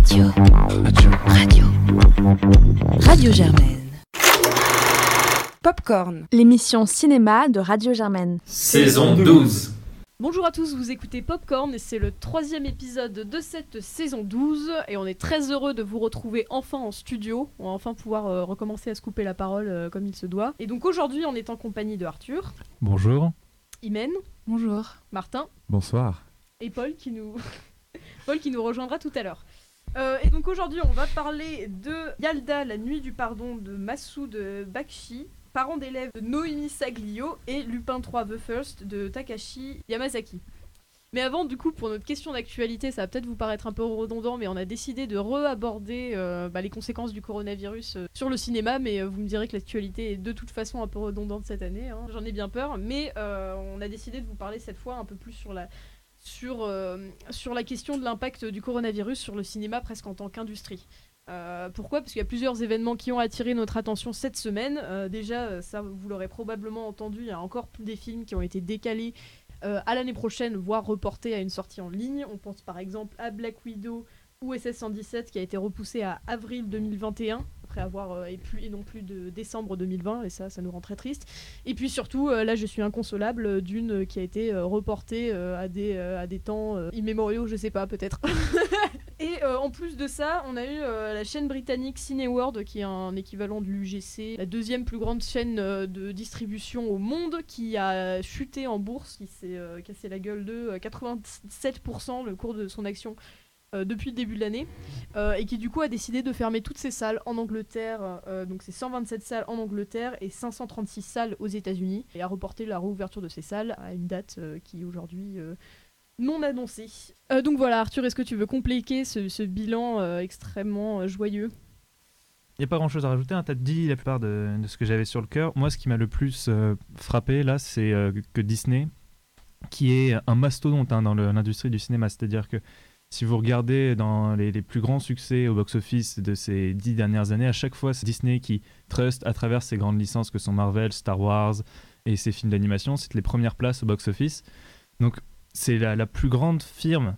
Radio. Radio Germaine. Popcorn, l'émission cinéma de Radio Germaine. Saison 12. Bonjour à tous, vous écoutez Popcorn et c'est le 3e épisode de cette saison 12 et on est très heureux de vous retrouver enfin en studio. On va enfin pouvoir recommencer à se couper la parole comme il se doit. Et donc aujourd'hui on est en compagnie de Arthur. Bonjour. Imen. Bonjour. Martin. Bonsoir. Et Paul qui nous rejoindra tout à l'heure. Et donc aujourd'hui on va parler de Yalda, la nuit du pardon de Massoud Bakshi, parent d'élèves de Noémie Saglio, et Lupin 3 The First de Takashi Yamazaki. Mais avant, du coup, pour notre question d'actualité, ça va peut-être vous paraître un peu redondant, mais on a décidé de re-aborder les conséquences du coronavirus sur le cinéma, mais vous me direz que l'actualité est de toute façon un peu redondante cette année, hein. J'en ai bien peur, mais on a décidé de vous parler cette fois un peu plus sur la question de l'impact du coronavirus sur le cinéma presque en tant qu'industrie. Pourquoi ? Parce qu'il y a plusieurs événements qui ont attiré notre attention cette semaine. Déjà, ça vous l'aurez probablement entendu, il y a encore des films qui ont été décalés à l'année prochaine, voire reportés à une sortie en ligne. On pense par exemple à Black Widow ou SS-117 qui a été repoussé à avril 2021 après avoir et non plus de décembre 2020, et ça nous rend très triste. Et puis surtout, là je suis inconsolable, Dune qui a été reportée à des temps immémoriaux, je sais pas, peut-être. Et en plus de ça, on a eu la chaîne britannique Cineworld, qui est un équivalent de l'UGC, la deuxième plus grande chaîne de distribution au monde, qui a chuté en bourse, qui s'est cassé la gueule de 87% le cours de son action depuis le début de l'année, et qui du coup a décidé de fermer toutes ses salles en Angleterre, donc c'est 127 salles en Angleterre et 536 salles aux États-Unis, et a reporté la réouverture de ces salles à une date qui est aujourd'hui non annoncée. Donc voilà, Arthur, est-ce que tu veux compléter ce bilan extrêmement joyeux ? Il n'y a pas grand-chose à rajouter, hein. Tu as dit la plupart de ce que j'avais sur le cœur. Moi, ce qui m'a le plus frappé, là, c'est que Disney, qui est un mastodonte dans l'industrie du cinéma, c'est-à-dire que si vous regardez dans les plus grands succès au box-office de ces 10 dernières années, à chaque fois, c'est Disney qui trust à travers ses grandes licences que sont Marvel, Star Wars et ses films d'animation. C'est les premières places au box-office. Donc, c'est la plus grande firme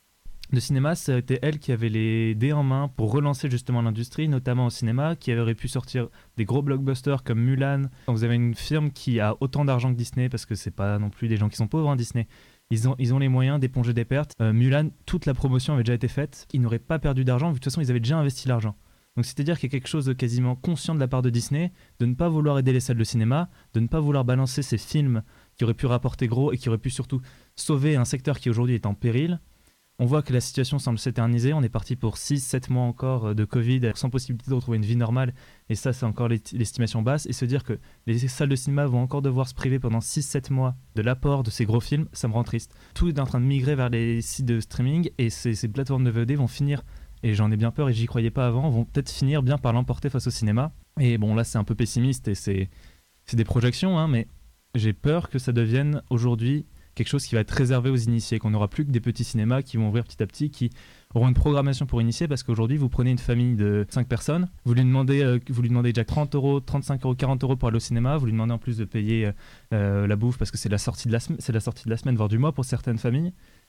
de cinéma. C'était elle qui avait les dés en main pour relancer justement l'industrie, notamment au cinéma, qui aurait pu sortir des gros blockbusters comme Mulan. Quand vous avez une firme qui a autant d'argent que Disney, parce que c'est pas non plus des gens qui sont pauvres, hein, Disney. Ils ont les moyens d'éponger des pertes. Mulan, toute la promotion avait déjà été faite. Ils n'auraient pas perdu d'argent, vu que de toute façon, ils avaient déjà investi l'argent. Donc c'est-à-dire qu'il y a quelque chose de quasiment conscient de la part de Disney, de ne pas vouloir aider les salles de cinéma, de ne pas vouloir balancer ces films qui auraient pu rapporter gros et qui auraient pu surtout sauver un secteur qui aujourd'hui est en péril. On voit que la situation semble s'éterniser. On est parti pour 6-7 mois encore de Covid sans possibilité de retrouver une vie normale. Et ça, c'est encore l'estimation basse. Et se dire que les salles de cinéma vont encore devoir se priver pendant 6-7 mois de l'apport de ces gros films, ça me rend triste. Tout est en train de migrer vers les sites de streaming et ces plateformes de VOD vont finir, et j'en ai bien peur et j'y croyais pas avant, vont peut-être finir bien par l'emporter face au cinéma. Et bon, là, c'est un peu pessimiste et c'est des projections, hein, mais j'ai peur que ça devienne aujourd'hui quelque chose qui va être réservé aux initiés, qu'on n'aura plus que des petits cinémas qui vont ouvrir petit à petit, qui auront une programmation pour initiés, parce qu'aujourd'hui, vous prenez une famille de 5 personnes, vous lui demandez déjà 30 €, 35 €, 40 € pour aller au cinéma, vous lui demandez en plus de payer la bouffe, parce que c'est la sortie de la semaine, voire du mois pour certaines familles.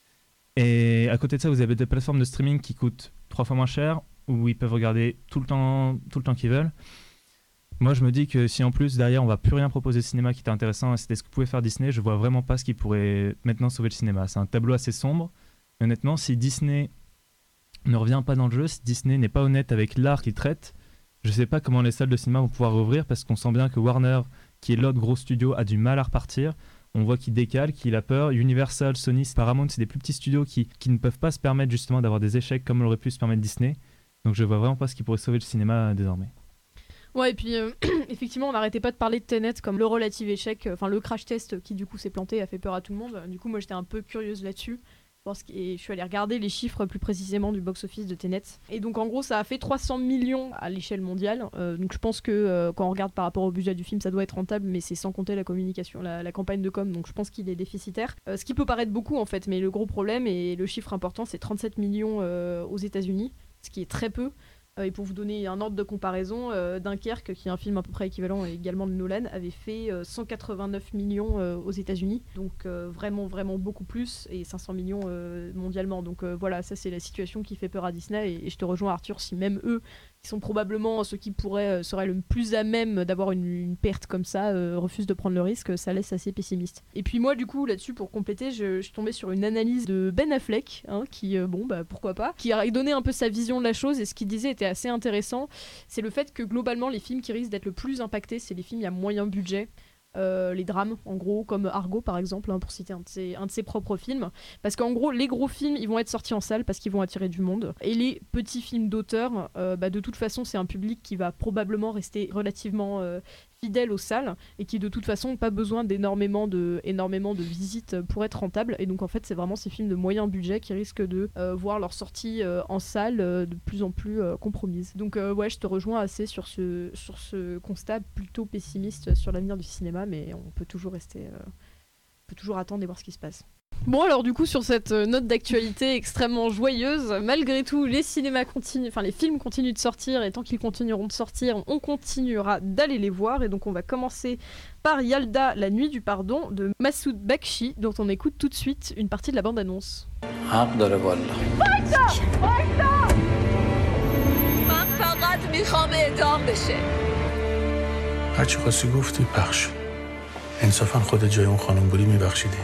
Et à côté de ça, vous avez des plateformes de streaming qui coûtent 3 fois moins cher, où ils peuvent regarder tout le temps qu'ils veulent. Moi, je me dis que si en plus, derrière, on va plus rien proposer de cinéma qui était intéressant, et c'était ce que pouvait faire Disney, je vois vraiment pas ce qui pourrait maintenant sauver le cinéma. C'est un tableau assez sombre. Et honnêtement, si Disney ne revient pas dans le jeu, si Disney n'est pas honnête avec l'art qu'il traite, je sais pas comment les salles de cinéma vont pouvoir rouvrir, parce qu'on sent bien que Warner, qui est l'autre gros studio, a du mal à repartir. On voit qu'il décale, qu'il a peur. Universal, Sony, Paramount, c'est des plus petits studios qui ne peuvent pas se permettre justement d'avoir des échecs comme l'aurait pu se permettre Disney. Donc je vois vraiment pas ce qui pourrait sauver le cinéma désormais. Ouais, et puis effectivement, on n'arrêtait pas de parler de Tenet comme le relatif échec, enfin le crash test qui du coup s'est planté, a fait peur à tout le monde. Du coup, moi j'étais un peu curieuse là-dessus. Et je suis allée regarder les chiffres plus précisément du box-office de Tenet. Et donc en gros, ça a fait 300 millions à l'échelle mondiale. Donc je pense que quand on regarde par rapport au budget du film, ça doit être rentable, mais c'est sans compter la communication, la campagne de com. Donc je pense qu'il est déficitaire. Ce qui peut paraître beaucoup en fait, mais le gros problème et le chiffre important, c'est 37 millions aux États-Unis, ce qui est très peu. Et pour vous donner un ordre de comparaison, Dunkerque, qui est un film à peu près équivalent également de Nolan, avait fait 189 millions aux États-Unis, donc vraiment beaucoup plus, et 500 millions mondialement. Donc voilà, ça c'est la situation qui fait peur à Disney, et je te rejoins Arthur, si même eux, qui sont probablement ceux qui seraient le plus à même d'avoir une perte comme ça, refusent de prendre le risque, ça laisse assez pessimiste. Et puis moi du coup là-dessus, pour compléter, je suis tombée sur une analyse de Ben Affleck, qui, pourquoi pas, qui a donné un peu sa vision de la chose, et ce qu'il disait était assez intéressant. C'est le fait que globalement les films qui risquent d'être le plus impactés, c'est les films à moyen budget. Les drames, en gros, comme Argo par exemple, pour citer un de ses propres films. Parce qu'en gros, les gros films, ils vont être sortis en salle parce qu'ils vont attirer du monde. Et les petits films d'auteur, de toute façon, c'est un public qui va probablement rester relativement fidèle aux salles et qui de toute façon n'ont pas besoin d'énormément de visites pour être rentables. Et donc en fait, c'est vraiment ces films de moyen budget qui risquent de voir leur sortie en salle de plus en plus compromise. Donc je te rejoins assez sur ce constat plutôt pessimiste sur l'avenir du cinéma, mais on peut toujours attendre et voir ce qui se passe. Bon alors du coup sur cette note d'actualité extrêmement joyeuse, malgré tout les films continuent de sortir, et tant qu'ils continueront de sortir, on continuera d'aller les voir, et donc on va commencer par Yalda, la nuit du pardon de Massoud Bakshi, dont on écoute tout de suite une partie de la bande-annonce. هرچی خواستی گفتی بخش انصافا خودت جای اون خانم بودی میبخشیدی.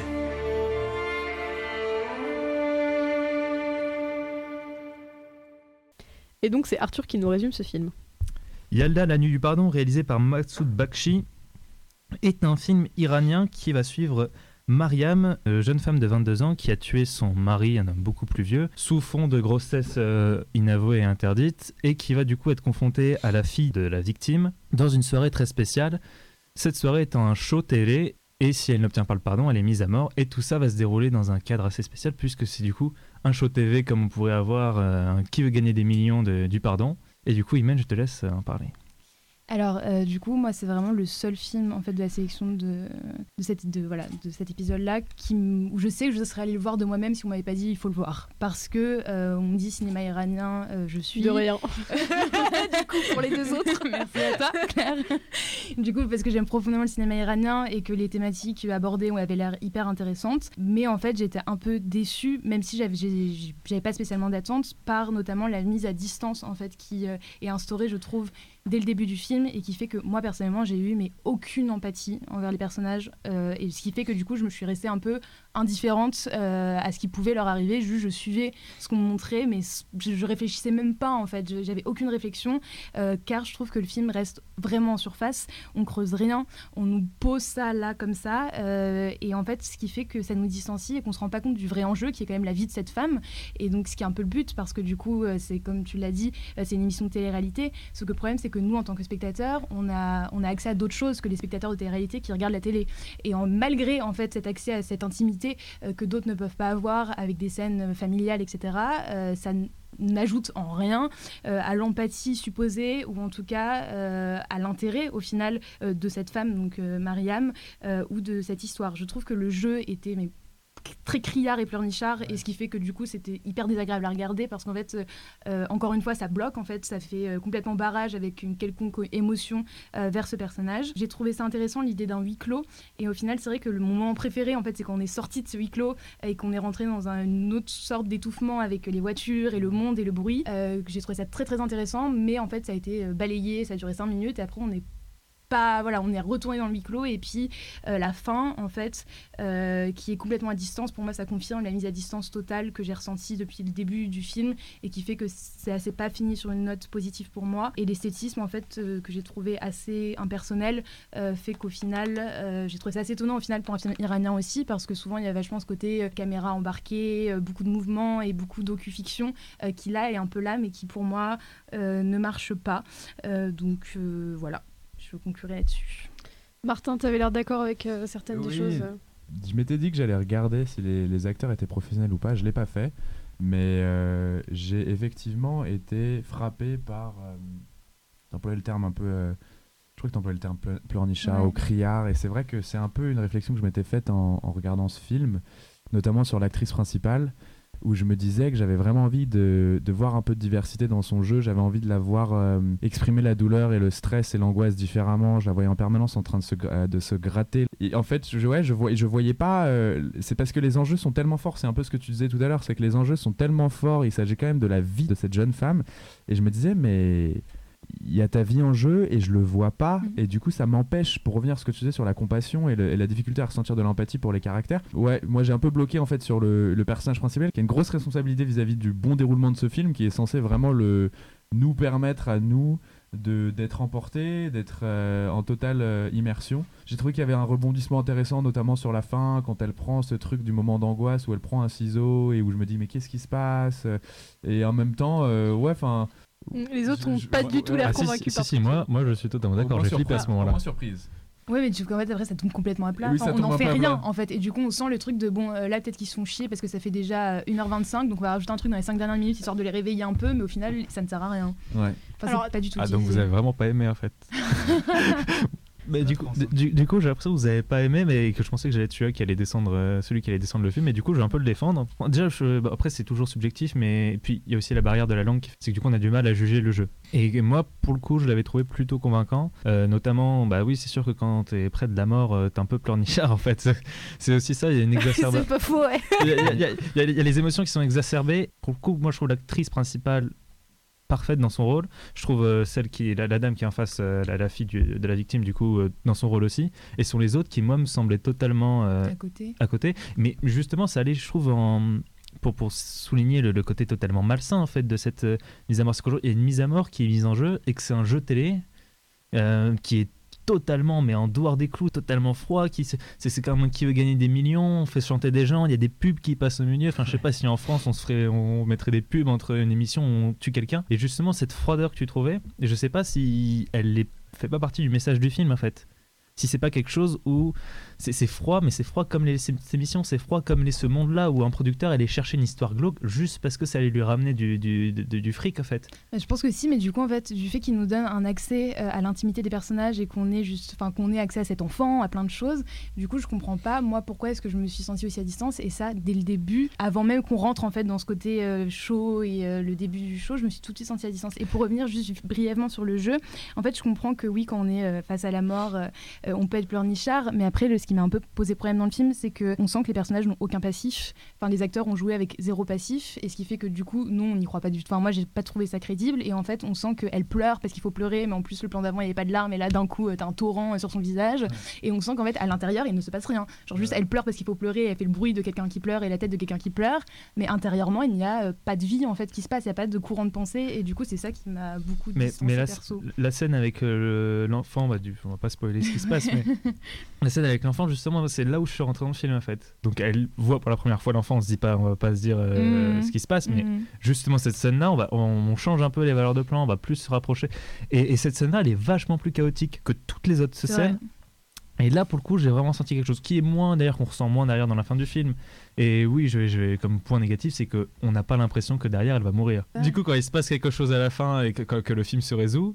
Et donc c'est Arthur qui nous résume ce film. Yalda, la nuit du pardon, réalisé par Massoud Bakshi, est un film iranien qui va suivre Mariam, jeune femme de 22 ans qui a tué son mari, un homme beaucoup plus vieux, sous fond de grossesse inavouée et interdite, et qui va du coup être confrontée à la fille de la victime dans une soirée très spéciale. Cette soirée étant un show télé, et si elle n'obtient pas le pardon, elle est mise à mort, et tout ça va se dérouler dans un cadre assez spécial, puisque c'est du coup un show TV comme on pourrait avoir Qui veut gagner des millions du pardon. Et du coup, Imen, je te laisse en parler. Alors, du coup, moi, c'est vraiment le seul film en fait, de la sélection de cet épisode-là où je sais que je serais allée le voir de moi-même si on m'avait pas dit il faut le voir. Parce que on me dit cinéma iranien, je suis... De rien. Du coup, pour les deux autres, merci à toi, Claire. Du coup, parce que j'aime profondément le cinéma iranien et que les thématiques abordées avaient l'air hyper intéressantes. Mais en fait, j'étais un peu déçue, même si j'avais pas spécialement d'attente, par notamment la mise à distance en fait, qui est instaurée, je trouve, dès le début du film, et qui fait que moi personnellement j'ai eu aucune empathie envers les personnages, et ce qui fait que du coup je me suis restée un peu indifférente à ce qui pouvait leur arriver. Juste je suivais ce qu'on me montrait, mais je réfléchissais même pas en fait, j'avais aucune réflexion, car je trouve que le film reste vraiment en surface, on creuse rien, on nous pose ça là comme ça, et en fait ce qui fait que ça nous distancie et qu'on se rend pas compte du vrai enjeu qui est quand même la vie de cette femme, et donc ce qui est un peu le but, parce que du coup c'est comme tu l'as dit, c'est une émission de télé-réalité, ce que le problème c'est que nous en tant que spectateurs on a accès à d'autres choses que les spectateurs de télé-réalité qui regardent la télé, et malgré en fait cet accès à cette intimité que d'autres ne peuvent pas avoir avec des scènes familiales, etc., ça n'ajoute en rien à l'empathie supposée, ou en tout cas à l'intérêt au final de cette femme, donc Mariam, ou de cette histoire. Je trouve que le jeu était très criard et pleurnichard, et ce qui fait que du coup c'était hyper désagréable à regarder, parce qu'en fait encore une fois ça bloque, en fait ça fait complètement barrage avec une quelconque émotion vers ce personnage. J'ai trouvé ça intéressant, l'idée d'un huis clos, et au final c'est vrai que le moment préféré en fait c'est quand on est sorti de ce huis clos et qu'on est rentré dans une autre sorte d'étouffement avec les voitures et le monde et le bruit. J'ai trouvé ça très très intéressant, mais en fait ça a été balayé, ça a duré 5 minutes et après on est retourné dans le huis clos, et puis la fin en fait qui est complètement à distance, pour moi ça confirme la mise à distance totale que j'ai ressentie depuis le début du film, et qui fait que c'est pas fini sur une note positive pour moi. Et l'esthétisme en fait que j'ai trouvé assez impersonnel fait qu'au final j'ai trouvé ça assez étonnant au final pour un film iranien aussi, parce que souvent il y a vachement ce côté caméra embarquée, beaucoup de mouvements et beaucoup docu-fiction qui là est un peu là, mais qui pour moi ne marche pas, donc voilà. Je conclurai là-dessus. Martin, tu avais l'air d'accord avec certaines des choses. Je m'étais dit que j'allais regarder si les acteurs étaient professionnels ou pas. Je ne l'ai pas fait. Mais j'ai effectivement été frappé par... t'employais le terme un peu... je crois que t'employais le terme pleurnichard ou criard. Et c'est vrai que c'est un peu une réflexion que je m'étais faite en regardant ce film, notamment sur l'actrice principale. où je me disais que j'avais vraiment envie de voir un peu de diversité dans son jeu. J'avais envie de la voir exprimer la douleur et le stress et l'angoisse différemment. Je la voyais en permanence en train de se gratter. Et en fait, je voyais pas... c'est parce que les enjeux sont tellement forts. C'est un peu ce que tu disais tout à l'heure. C'est que les enjeux sont tellement forts. Il s'agit quand même de la vie de cette jeune femme. Et je me disais, mais... il y a ta vie en jeu et je le vois pas et du coup ça m'empêche, pour revenir à ce que tu disais sur la compassion et la difficulté à ressentir de l'empathie pour les caractères. Ouais, moi j'ai un peu bloqué en fait sur le personnage principal qui a une grosse responsabilité vis-à-vis du bon déroulement de ce film, qui est censé vraiment nous permettre à nous d'être emportés, d'être en totale immersion. J'ai trouvé qu'il y avait un rebondissement intéressant, notamment sur la fin, quand elle prend ce truc du moment d'angoisse où elle prend un ciseau et où je me dis mais qu'est-ce qui se passe, et en même temps ouais, enfin... Les autres n'ont pas du tout l'air convaincus par si, moi je suis totalement d'accord, j'ai flippé à ce moment-là. Surprise. Ouais, mais du coup, en fait, après, ça tombe complètement à plat. Oui, Enfin, on n'en fait rien, plat. en fait. Et du coup, on sent le truc de bon, là, peut-être qu'ils se font chier parce que ça fait déjà 1h25, donc on va rajouter un truc dans les 5 dernières minutes histoire de les réveiller un peu, mais au final, ça ne sert à rien. Ouais. Enfin, Alors, c'est pas du tout Ah, donc vous avez vraiment pas aimé en fait. Mais du coup, j'ai l'impression que vous avez pas aimé, mais que je pensais que j'allais être celui qui allait descendre le film, et du coup, je vais un peu le défendre. Déjà, après, c'est toujours subjectif, mais puis il y a aussi la barrière de la langue, c'est que du coup, on a du mal à juger le jeu. Et moi, pour le coup, je l'avais trouvé plutôt convaincant. Notamment, bah oui, c'est sûr que quand t'es près de la mort, t'es un peu pleurnichard en fait. C'est aussi ça, il y a une exacerbation. C'est pas faux, ouais. Il y a les émotions qui sont exacerbées. Pour le coup, moi, je trouve l'actrice principale parfaite dans son rôle. Je trouve celle qui est la dame qui est en face, la fille de la victime, du coup, dans son rôle aussi. Et sont les autres qui, moi, me semblaient totalement à côté. Mais justement, ça allait, je trouve, pour souligner le côté totalement malsain en fait de cette mise à mort. Il y a une mise à mort qui est mise en jeu et que c'est un jeu télé qui est totalement, mais en dehors des clous, totalement froid, c'est quand même qui veut gagner des millions, on fait chanter des gens, il y a des pubs qui passent au milieu. Enfin, je sais pas si en France on mettrait des pubs entre une émission où on tue quelqu'un. Et justement, cette froideur que tu trouvais, et je sais pas si elle fait pas partie du message du film en fait. Si c'est pas quelque chose où c'est froid, mais c'est froid comme ces émissions, c'est froid comme ce monde-là où un producteur allait chercher une histoire glauque juste parce que ça allait lui ramener du fric en fait. Je pense que si, mais du coup en fait, du fait qu'il nous donne un accès à l'intimité des personnages et qu'on ait accès à cet enfant, à plein de choses, du coup je comprends pas moi pourquoi est-ce que je me suis sentie aussi à distance, et ça dès le début, avant même qu'on rentre en fait dans ce côté show et le début du show, je me suis tout de suite sentie à distance. Et pour revenir juste brièvement sur le jeu, en fait je comprends que oui, quand on est face à la mort, on peut être pleurnichard, mais après ce qui m'a un peu posé problème dans le film, c'est qu'on sent que les personnages n'ont aucun passif. Enfin, les acteurs ont joué avec 0 passif, et ce qui fait que du coup, nous, on n'y croit pas du tout. Enfin, moi, j'ai pas trouvé ça crédible, et en fait, on sent qu'elle pleure parce qu'il faut pleurer, mais en plus, le plan d'avant, il n'y avait pas de larmes, et là, d'un coup, t'as un torrent sur son visage, et on sent qu'en fait, à l'intérieur, il ne se passe rien. Genre, juste, elle pleure parce qu'il faut pleurer, elle fait le bruit de quelqu'un qui pleure et la tête de quelqu'un qui pleure, mais intérieurement, il n'y a pas de vie, en fait, qui se passe, il n'y a pas de courant de pensée, et du coup, c'est ça qui m'a beaucoup distancé perso. La scène avec l'enfant, on va pas spoiler ce qui se passe, mais la scène avec l'enfant, justement, c'est là où je suis rentré dans le film en fait. Donc elle voit pour la première fois l'enfant, on va pas se dire ce qui se passe, mais justement cette scène-là, on change un peu les valeurs de plan, on va plus se rapprocher. Et cette scène-là, elle est vachement plus chaotique que toutes les autres scènes. Et là, pour le coup, j'ai vraiment senti quelque chose qui est moins, d'ailleurs, qu'on ressent moins derrière dans la fin du film. Et oui, je vais comme point négatif, c'est qu'on n'a pas l'impression que derrière, elle va mourir. Du coup, quand il se passe quelque chose à la fin et que le film se résout,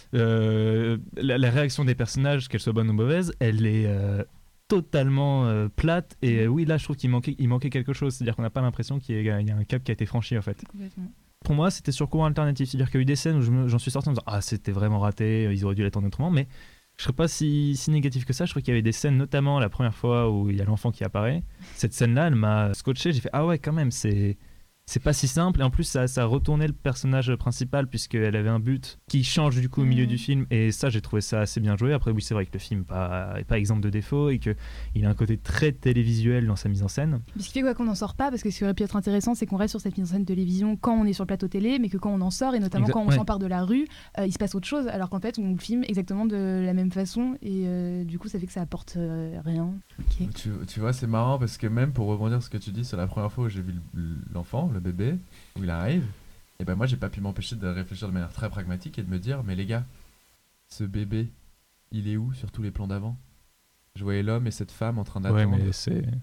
la réaction des personnages, qu'elle soit bonne ou mauvaise, elle est totalement plate. Et oui, là, je trouve qu'il manquait quelque chose. C'est-à-dire qu'on n'a pas l'impression qu'il y a un cap qui a été franchi, en fait. Complètement. Pour moi, c'était sur courant alternatif. C'est-à-dire qu'il y a eu des scènes où j'en suis sorti en me disant « Ah, c'était vraiment raté, ils auraient dû l'attendre autrement. » Mais je serais pas si négatif que ça. Je trouve qu'il y avait des scènes, notamment la première fois où il y a l'enfant qui apparaît. Cette scène-là, elle m'a scotché. J'ai fait « Ah ouais, quand même, c'est pas si simple. » Et en plus, ça a retourné le personnage principal, puisqu'elle avait un but qui change du coup au milieu du film. Et ça, j'ai trouvé ça assez bien joué. Après, oui, c'est vrai que le film n'est pas exemple de défaut et qu'il a un côté très télévisuel dans sa mise en scène. Mais ce qui fait qu'on n'en sort pas, parce que ce qui aurait pu être intéressant, c'est qu'on reste sur cette mise en scène de télévision quand on est sur le plateau télé, mais que quand on en sort, et notamment quand on s'empare de la rue, il se passe autre chose. Alors qu'en fait, on filme exactement de la même façon. Et du coup, ça fait que ça apporte rien. Okay. Tu vois, c'est marrant parce que même pour rebondir sur ce que tu dis sur la première fois où j'ai vu l'enfant, le bébé, où il arrive, et ben moi j'ai pas pu m'empêcher de réfléchir de manière très pragmatique et de me dire mais les gars, ce bébé, il est où sur tous les plans d'avant? Je voyais l'homme et cette femme en train d'attendre. Ouais, mais c'est...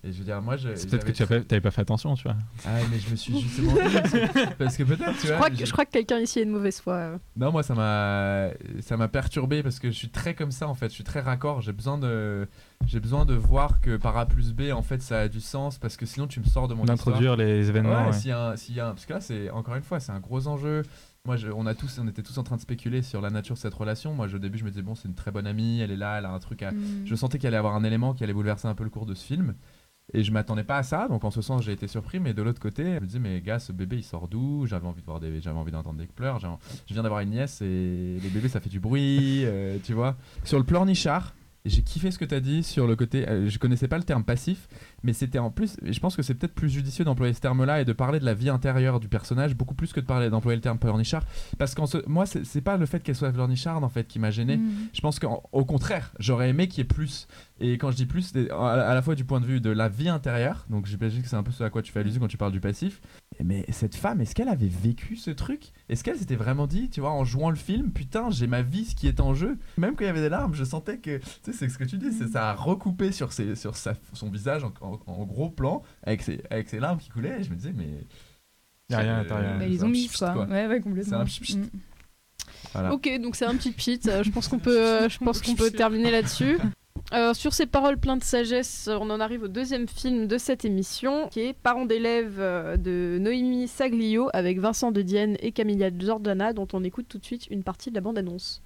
Et je veux dire, moi, C'est peut-être que tu n'avais pas fait attention, tu vois. Ah, mais je me suis justement dit, parce que peut-être, tu vois. Je crois que quelqu'un ici est de mauvaise foi. Non, moi, ça m'a perturbé parce que je suis très comme ça, en fait. Je suis très raccord. J'ai besoin de voir que par A plus B, en fait, ça a du sens parce que sinon, tu me sors de mon histoire. D'introduire les événements. Ouais, Ouais. s'il y a parce que là, c'est encore une fois, c'est un gros enjeu. Moi, on était tous en train de spéculer sur la nature de cette relation. Moi, au début, je me disais, bon, c'est une très bonne amie, elle est là, elle a un truc à. Je sentais qu'il allait avoir un élément qui allait bouleverser un peu le cours de ce film. Et je m'attendais pas à ça, donc en ce sens, j'ai été surpris. Mais de l'autre côté, je me disais, mais gars, ce bébé, il sort d'où ? J'avais envie d'entendre des pleurs. Je viens d'avoir une nièce et les bébés, ça fait du bruit, tu vois. Sur le pleurnichard, j'ai kiffé ce que tu as dit sur le côté. Je connaissais pas le terme passif, mais c'était en plus. Je pense que c'est peut-être plus judicieux d'employer ce terme-là et de parler de la vie intérieure du personnage beaucoup plus que d'employer le terme pleurnichard. Parce que moi, c'est pas le fait qu'elle soit pleurnicharde en fait qui m'a gêné. Je pense qu'au contraire, j'aurais aimé qu'il y ait plus. Et quand je dis plus, c'est à la fois du point de vue de la vie intérieure. Donc j'imagine que c'est un peu ce à quoi tu fais allusion quand tu parles du passif. Mais cette femme, est-ce qu'elle avait vécu ce truc ? Est-ce qu'elle s'était vraiment dit, tu vois, en jouant le film, putain, j'ai ma vie, ce qui est en jeu. Même quand il y avait des larmes, je sentais que, tu sais, c'est ce que tu dis, ça a recoupé sur son visage en gros plan, avec ses larmes qui coulaient. Et je me disais, mais Il n'y a rien à l'intérieur. Ils ont mis quoi. Ouais, complètement. C'est un pchit. Voilà. Ok, donc c'est un petit pchit. Je pense qu'on peut terminer là-dessus. Sur ces paroles pleines de sagesse, on en arrive au deuxième film de cette émission, qui est Parents d'élèves de Noémie Saglio, avec Vincent De Dienne et Camilla Giordana, dont on écoute tout de suite une partie de la bande-annonce.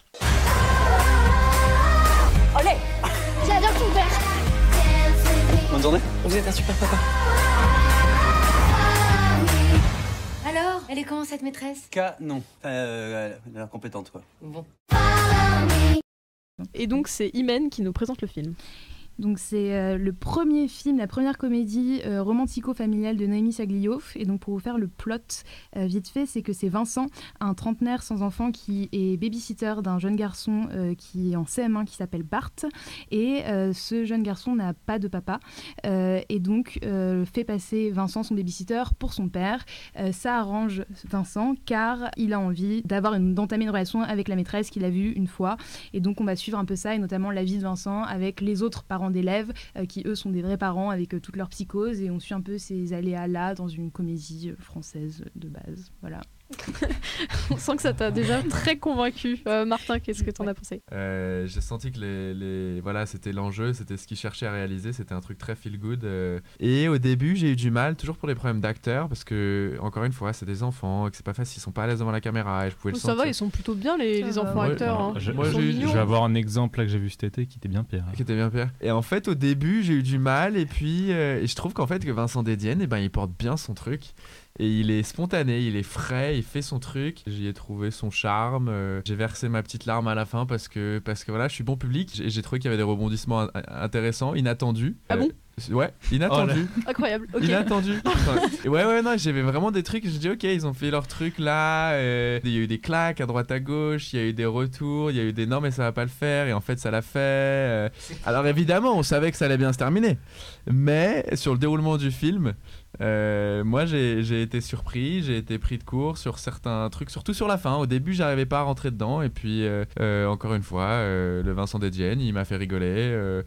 Olé, j'adore ton père. Bonne journée. Vous êtes un super papa. Alors, elle est comment cette maîtresse ? Non. Elle a l'air compétente, quoi. Bon. Et donc c'est Imen qui nous présente le film. Donc c'est le premier film, la première comédie romantico-familiale de Noémie Saglio. Et donc pour vous faire le plot vite fait, c'est que c'est Vincent, un trentenaire sans enfant qui est babysitter d'un jeune garçon qui est en CM1 qui s'appelle Bart. Et ce jeune garçon n'a pas de papa et donc fait passer Vincent, son babysitter, pour son père. Ça arrange Vincent car il a envie d'entamer une relation avec la maîtresse qu'il a vue une fois. Et donc on va suivre un peu ça et notamment la vie de Vincent avec les autres parents d'élèves qui eux sont des vrais parents avec toute leur psychose et on suit un peu ces aléas-là dans une comédie française de base. Voilà. On sent que ça t'a déjà très convaincu. Martin, qu'est-ce que t'en as pensé ? J'ai senti que voilà, c'était l'enjeu, c'était ce qu'ils cherchaient à réaliser, c'était un truc très feel good. Et au début, j'ai eu du mal, toujours pour les problèmes d'acteurs, parce que, encore une fois, c'est des enfants, que c'est pas facile, ils sont pas à l'aise devant la caméra et je pouvais le sentir. Ça va, ils sont plutôt bien les enfants acteurs. Hein. Je vais avoir un exemple là que j'ai vu cet été qui était bien pire. Et en fait, au début, j'ai eu du mal, et puis je trouve qu'en fait, que Vincent De Dienne, il porte bien son truc. Et il est spontané, il est frais, il fait son truc. J'y ai trouvé son charme. J'ai versé ma petite larme à la fin parce que voilà, je suis bon public. J'ai trouvé qu'il y avait des rebondissements intéressants, inattendus. Ah bon ? Ouais, inattendu. Incroyable, ok. Inattendu. Ouais, non, j'avais vraiment des trucs. J'ai dit, ok, ils ont fait leur truc là. Il y a eu des claques à droite à gauche, il y a eu des retours, il y a eu des non, mais ça va pas le faire. Et en fait, ça l'a fait. Alors évidemment, on savait que ça allait bien se terminer. Mais sur le déroulement du film, moi j'ai été surpris, j'ai été pris de court sur certains trucs, surtout sur la fin. Au début, j'arrivais pas à rentrer dedans. Et puis, encore une fois, le Vincent De Dienne, il m'a fait rigoler.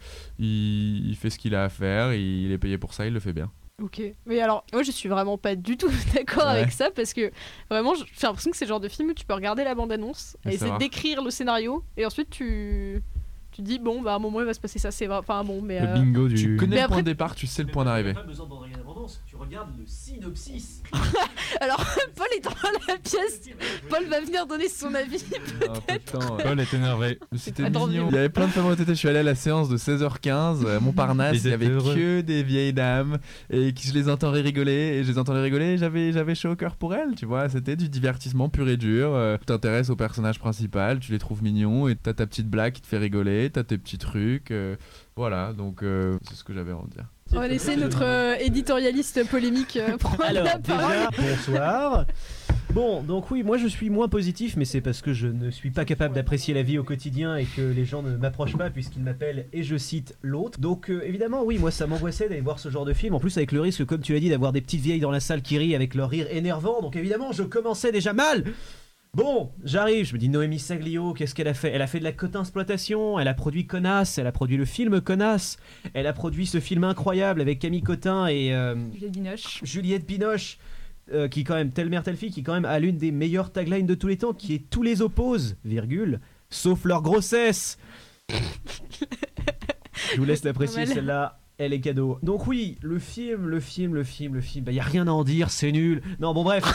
Il fait ce qu'il a à faire. Il est payé pour ça, il le fait bien. Ok, mais alors moi je suis vraiment pas du tout d'accord avec ça parce que vraiment j'ai l'impression que c'est le genre de film où tu peux regarder la bande-annonce et essayer d'écrire le scénario et ensuite tu dis bon bah à un moment il va se passer ça, c'est vrai, enfin bon mais le bingo du... Tu connais le point de départ, tu sais le point d'arrivée. Tu n'as pas besoin de regarder la bande-annonce, tu regardes le synopsis. Alors Paul est dans la pièce, Paul va venir donner son avis peut-être. Paul est énervé. C'était mignon. Il y avait plein de femmes au tété. Je suis allé à la séance de 16h15 à Montparnasse, il y avait que des vieilles dames et je les entendais rigoler et j'avais chaud au cœur pour elles, tu vois, c'était du divertissement pur et dur. Tu t'intéresses au personnage principal, tu les trouves mignons et t'as ta petite blague qui te fait rigoler, t'as tes petits trucs, voilà, donc c'est ce que j'avais à en dire. On va laisser notre éditorialiste polémique prendre la parole. Déjà, bonsoir. Bon, donc oui, moi je suis moins positif, mais c'est parce que je ne suis pas capable d'apprécier la vie au quotidien et que les gens ne m'approchent pas puisqu'ils m'appellent, et je cite, l'autre. Donc évidemment, oui, moi ça m'angoissait d'aller voir ce genre de film, en plus avec le risque, comme tu l'as dit, d'avoir des petites vieilles dans la salle qui rient avec leur rire énervant, donc évidemment je commençais déjà mal. Bon, j'arrive, je me dis Noémie Saglio, qu'est-ce qu'elle a fait? Elle a fait de la Cotin-exploitation, elle a produit Connasse, elle a produit le film Connasse, elle a produit ce film incroyable avec Camille Cotin et Juliette Binoche, qui quand même, telle mère telle fille, qui quand même a l'une des meilleures taglines de tous les temps, qui est tous les oppose, virgule, sauf leur grossesse. Je vous laisse l'apprécier celle-là. Elle est cadeau. Donc oui, le film, bah y a rien à en dire, c'est nul. Non, bon bref.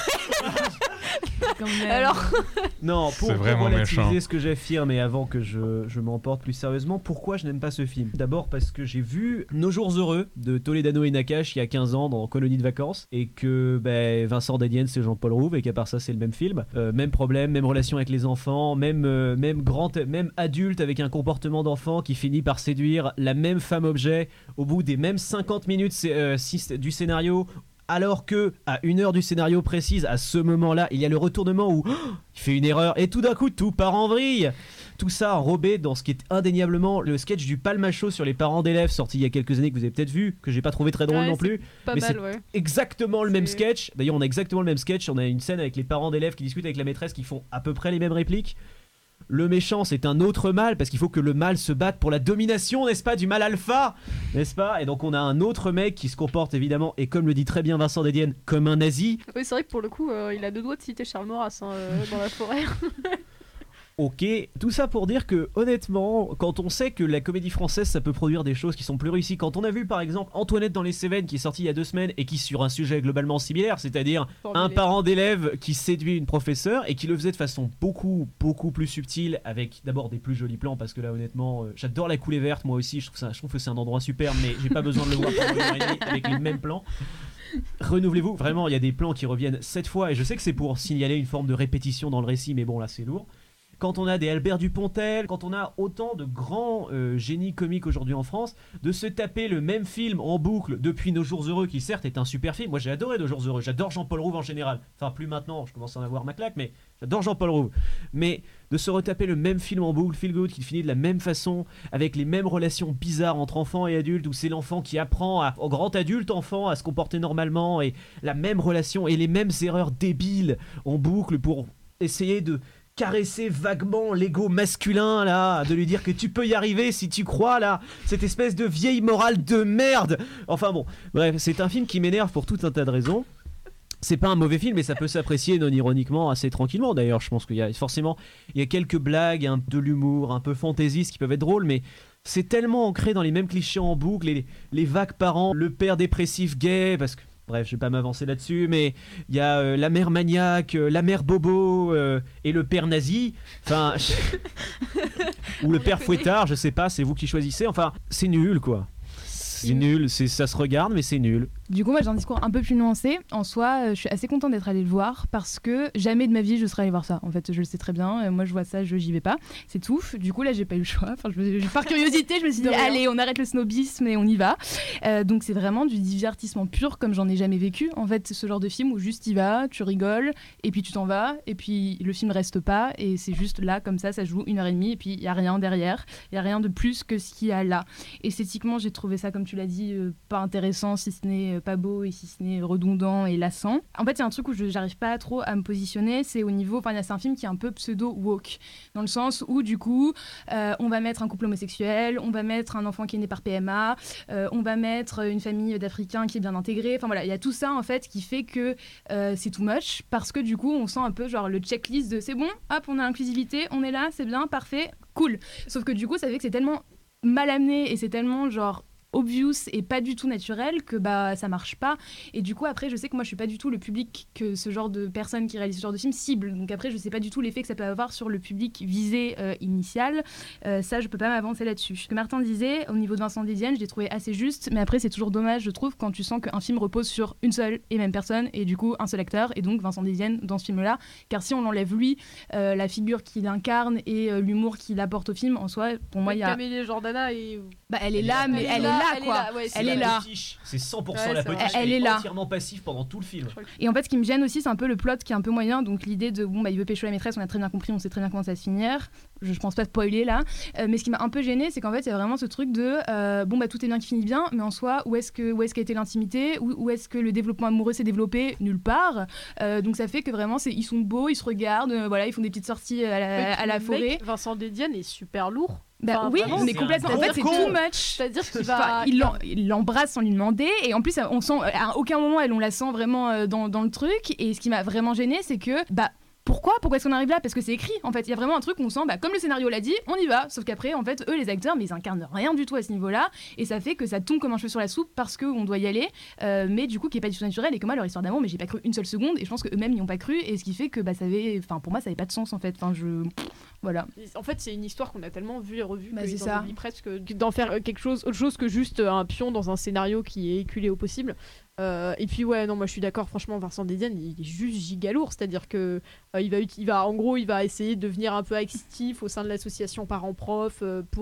Alors non, pour c'est vraiment relativiser méchant. ce que j'affirme et avant que je m'emporte plus sérieusement, pourquoi je n'aime pas ce film? D'abord parce que j'ai vu Nos jours heureux de Toledano et Nakache il y a 15 ans dans Colonie de vacances et que Vincent Dedienne c'est Jean-Paul Rouve et qu'à part ça c'est le même film. Même problème, même relation avec les enfants, même adulte avec un comportement d'enfant qui finit par séduire la même femme objet au bout des mêmes 50 minutes du scénario. Alors que, à 1 heure du scénario précise, à ce moment-là, il y a le retournement où il fait une erreur et tout d'un coup, tout part en vrille. Tout ça enrobé dans ce qui est indéniablement le sketch du Palmacho sur les parents d'élèves, sorti il y a quelques années, que vous avez peut-être vu, que j'ai pas trouvé très drôle non plus. Mais c'est exactement le même sketch. D'ailleurs, on a exactement le même sketch. On a une scène avec les parents d'élèves qui discutent avec la maîtresse qui font à peu près les mêmes répliques. Le méchant, c'est un autre mâle, parce qu'il faut que le mâle se batte pour la domination, n'est-ce pas, du mâle alpha, n'est-ce pas? Et donc on a un autre mec qui se comporte évidemment, et comme le dit très bien Vincent Dedienne, comme un nazi. Oui, c'est vrai que pour le coup, il a 2 doigts de citer Charles Maurras dans la forêt. Ok, tout ça pour dire que honnêtement, quand on sait que la comédie française ça peut produire des choses qui sont plus réussies, quand on a vu par exemple Antoinette dans les Cévennes qui est sorti il y a 2 semaines et qui sur un sujet globalement similaire, c'est-à-dire un parent d'élève qui séduit une professeure et qui le faisait de façon beaucoup plus subtile avec d'abord des plus jolis plans parce que là honnêtement j'adore la coulée verte moi aussi, je trouve que c'est un endroit superbe mais j'ai pas besoin de le voir pendant 1h30 avec les mêmes plans. Renouvelez-vous, vraiment il y a des plans qui reviennent 7 fois et je sais que c'est pour signaler une forme de répétition dans le récit mais bon là c'est lourd. Quand on a des Albert Dupontel, quand on a autant de grands génies comiques aujourd'hui en France, de se taper le même film en boucle depuis Nos jours heureux, qui certes est un super film. Moi j'ai adoré Nos jours heureux, j'adore Jean-Paul Rouve en général. Enfin plus maintenant, je commence à en avoir ma claque, mais j'adore Jean-Paul Rouve. Mais de se retaper le même film en boucle, Feel Good, qui finit de la même façon, avec les mêmes relations bizarres entre enfants et adultes, où c'est l'enfant qui apprend au grand adulte enfant à se comporter normalement, et la même relation et les mêmes erreurs débiles en boucle pour essayer de caresser vaguement l'ego masculin là, de lui dire que tu peux y arriver si tu crois là, cette espèce de vieille morale de merde. Enfin bon, bref, c'est un film qui m'énerve pour tout un tas de raisons. C'est pas un mauvais film, mais ça peut s'apprécier non ironiquement assez tranquillement. D'ailleurs, je pense qu'il y a forcément quelques blagues, de l'humour, un peu fantaisiste qui peuvent être drôles, mais c'est tellement ancré dans les mêmes clichés en boucle, les vagues parents, le père dépressif gay, parce que bref, je vais pas m'avancer là-dessus, mais il y a la mère maniaque, la mère bobo et le père nazi. Enfin, ou le père fouettard, je sais pas, c'est vous qui choisissez. Enfin, c'est nul quoi. C'est nul, ça se regarde, mais c'est nul. Du coup, moi j'ai un discours un peu plus nuancé. En soi, je suis assez contente d'être allée le voir parce que jamais de ma vie je serais allée voir ça. En fait, je le sais très bien. Moi je vois ça, j'y vais pas. C'est tout. Du coup, là j'ai pas eu le choix. Enfin, par curiosité, je me suis dit, allez, on arrête le snobisme et on y va. Donc c'est vraiment du divertissement pur comme j'en ai jamais vécu. En fait, ce genre de film où juste y vas, tu rigoles et puis tu t'en vas et puis le film reste pas et c'est juste là comme ça joue 1h30 et puis il y a rien derrière. Il y a rien de plus que ce qu'il y a là. Esthétiquement, j'ai trouvé ça, comme tu l'as dit, pas intéressant si ce n'est pas beau et si ce n'est redondant et lassant. En fait, il y a un truc où j'arrive pas trop à me positionner, c'est au niveau, c'est un film qui est un peu pseudo-woke, dans le sens où du coup, on va mettre un couple homosexuel, on va mettre un enfant qui est né par PMA, on va mettre une famille d'Africains qui est bien intégrée, enfin voilà, il y a tout ça en fait qui fait que c'est too much, parce que du coup, on sent un peu genre le checklist de c'est bon, hop, on a l'inclusivité, on est là, c'est bien, parfait, cool. Sauf que du coup, ça fait que c'est tellement mal amené et c'est tellement genre obvious et pas du tout naturel que ça marche pas et du coup après je sais que moi je suis pas du tout le public que ce genre de personnes qui réalisent ce genre de film cible, donc après je sais pas du tout l'effet que ça peut avoir sur le public visé initial, ça je peux pas m'avancer là-dessus. Ce que Martin disait au niveau de Vincent Dedienne, je l'ai trouvé assez juste, mais après c'est toujours dommage je trouve quand tu sens qu'un film repose sur une seule et même personne et du coup un seul acteur et donc Vincent Dedienne dans ce film là, car si on enlève lui, la figure qu'il incarne et l'humour qu'il apporte au film en soi, pour moi il y a Camélie Jordana et... elle est là mais elle est là là, quoi. Ouais, Elle est là. C'est 100% Ouais, la c'est vrai. potiche. Elle est là. Entièrement passif pendant tout le film. Et en fait, ce qui me gêne aussi, c'est un peu le plot qui est un peu moyen. Donc l'idée de bon, bah, il veut pécho la maîtresse, on a très bien compris, on sait très bien comment ça va se finir. Je pense pas spoiler là. Mais ce qui m'a un peu gêné, c'est qu'en fait, il y a vraiment ce truc de bon, bah tout est bien qui finit bien, mais en soi, où est-ce qu'a été l'intimité, où est-ce que le développement amoureux s'est développé? Nulle part. Donc ça fait que vraiment, ils sont beaux, ils se regardent, voilà, ils font des petites sorties à la forêt. Mec, Vincent Dédienne est super lourd. Bah Enfin, oui, vraiment, mais c'est complètement. un En fait, c'est gros too con. much. C'est-à-dire qu'il Enfin, va. il l'embrasse sans lui demander, et en plus, on sent à aucun moment on la sent vraiment dans le truc. Et ce qui m'a vraiment gêné, c'est que bah pourquoi est-ce qu'on arrive là? Parce que c'est écrit, en fait. Il y a vraiment un truc où on sent, bah, comme le scénario l'a dit, on y va. Sauf qu'après, en fait, eux, les acteurs, mais ils incarnent rien du tout à ce niveau-là. Et ça fait que ça tombe comme un cheveu sur la soupe parce qu'on doit y aller. Mais du coup, qui est pas du tout naturel. Et que moi, leur histoire d'amour, mais j'ai pas cru une seule seconde. Et je pense qu'eux-mêmes n'y ont pas cru. Et ce qui fait que, bah, pour moi, ça avait pas de sens, en fait. Enfin, voilà. En fait, c'est une histoire qu'on a tellement vue et revue Bah, que c'est on ça. oublie presque d'en faire autre chose que juste un pion dans un scénario qui est éculé au possible. Et puis ouais, non, moi je suis d'accord. Franchement, Vincent Dédienne, il est juste giga lourd. C'est-à-dire que il va essayer de devenir un peu actif au sein de l'association parents-prof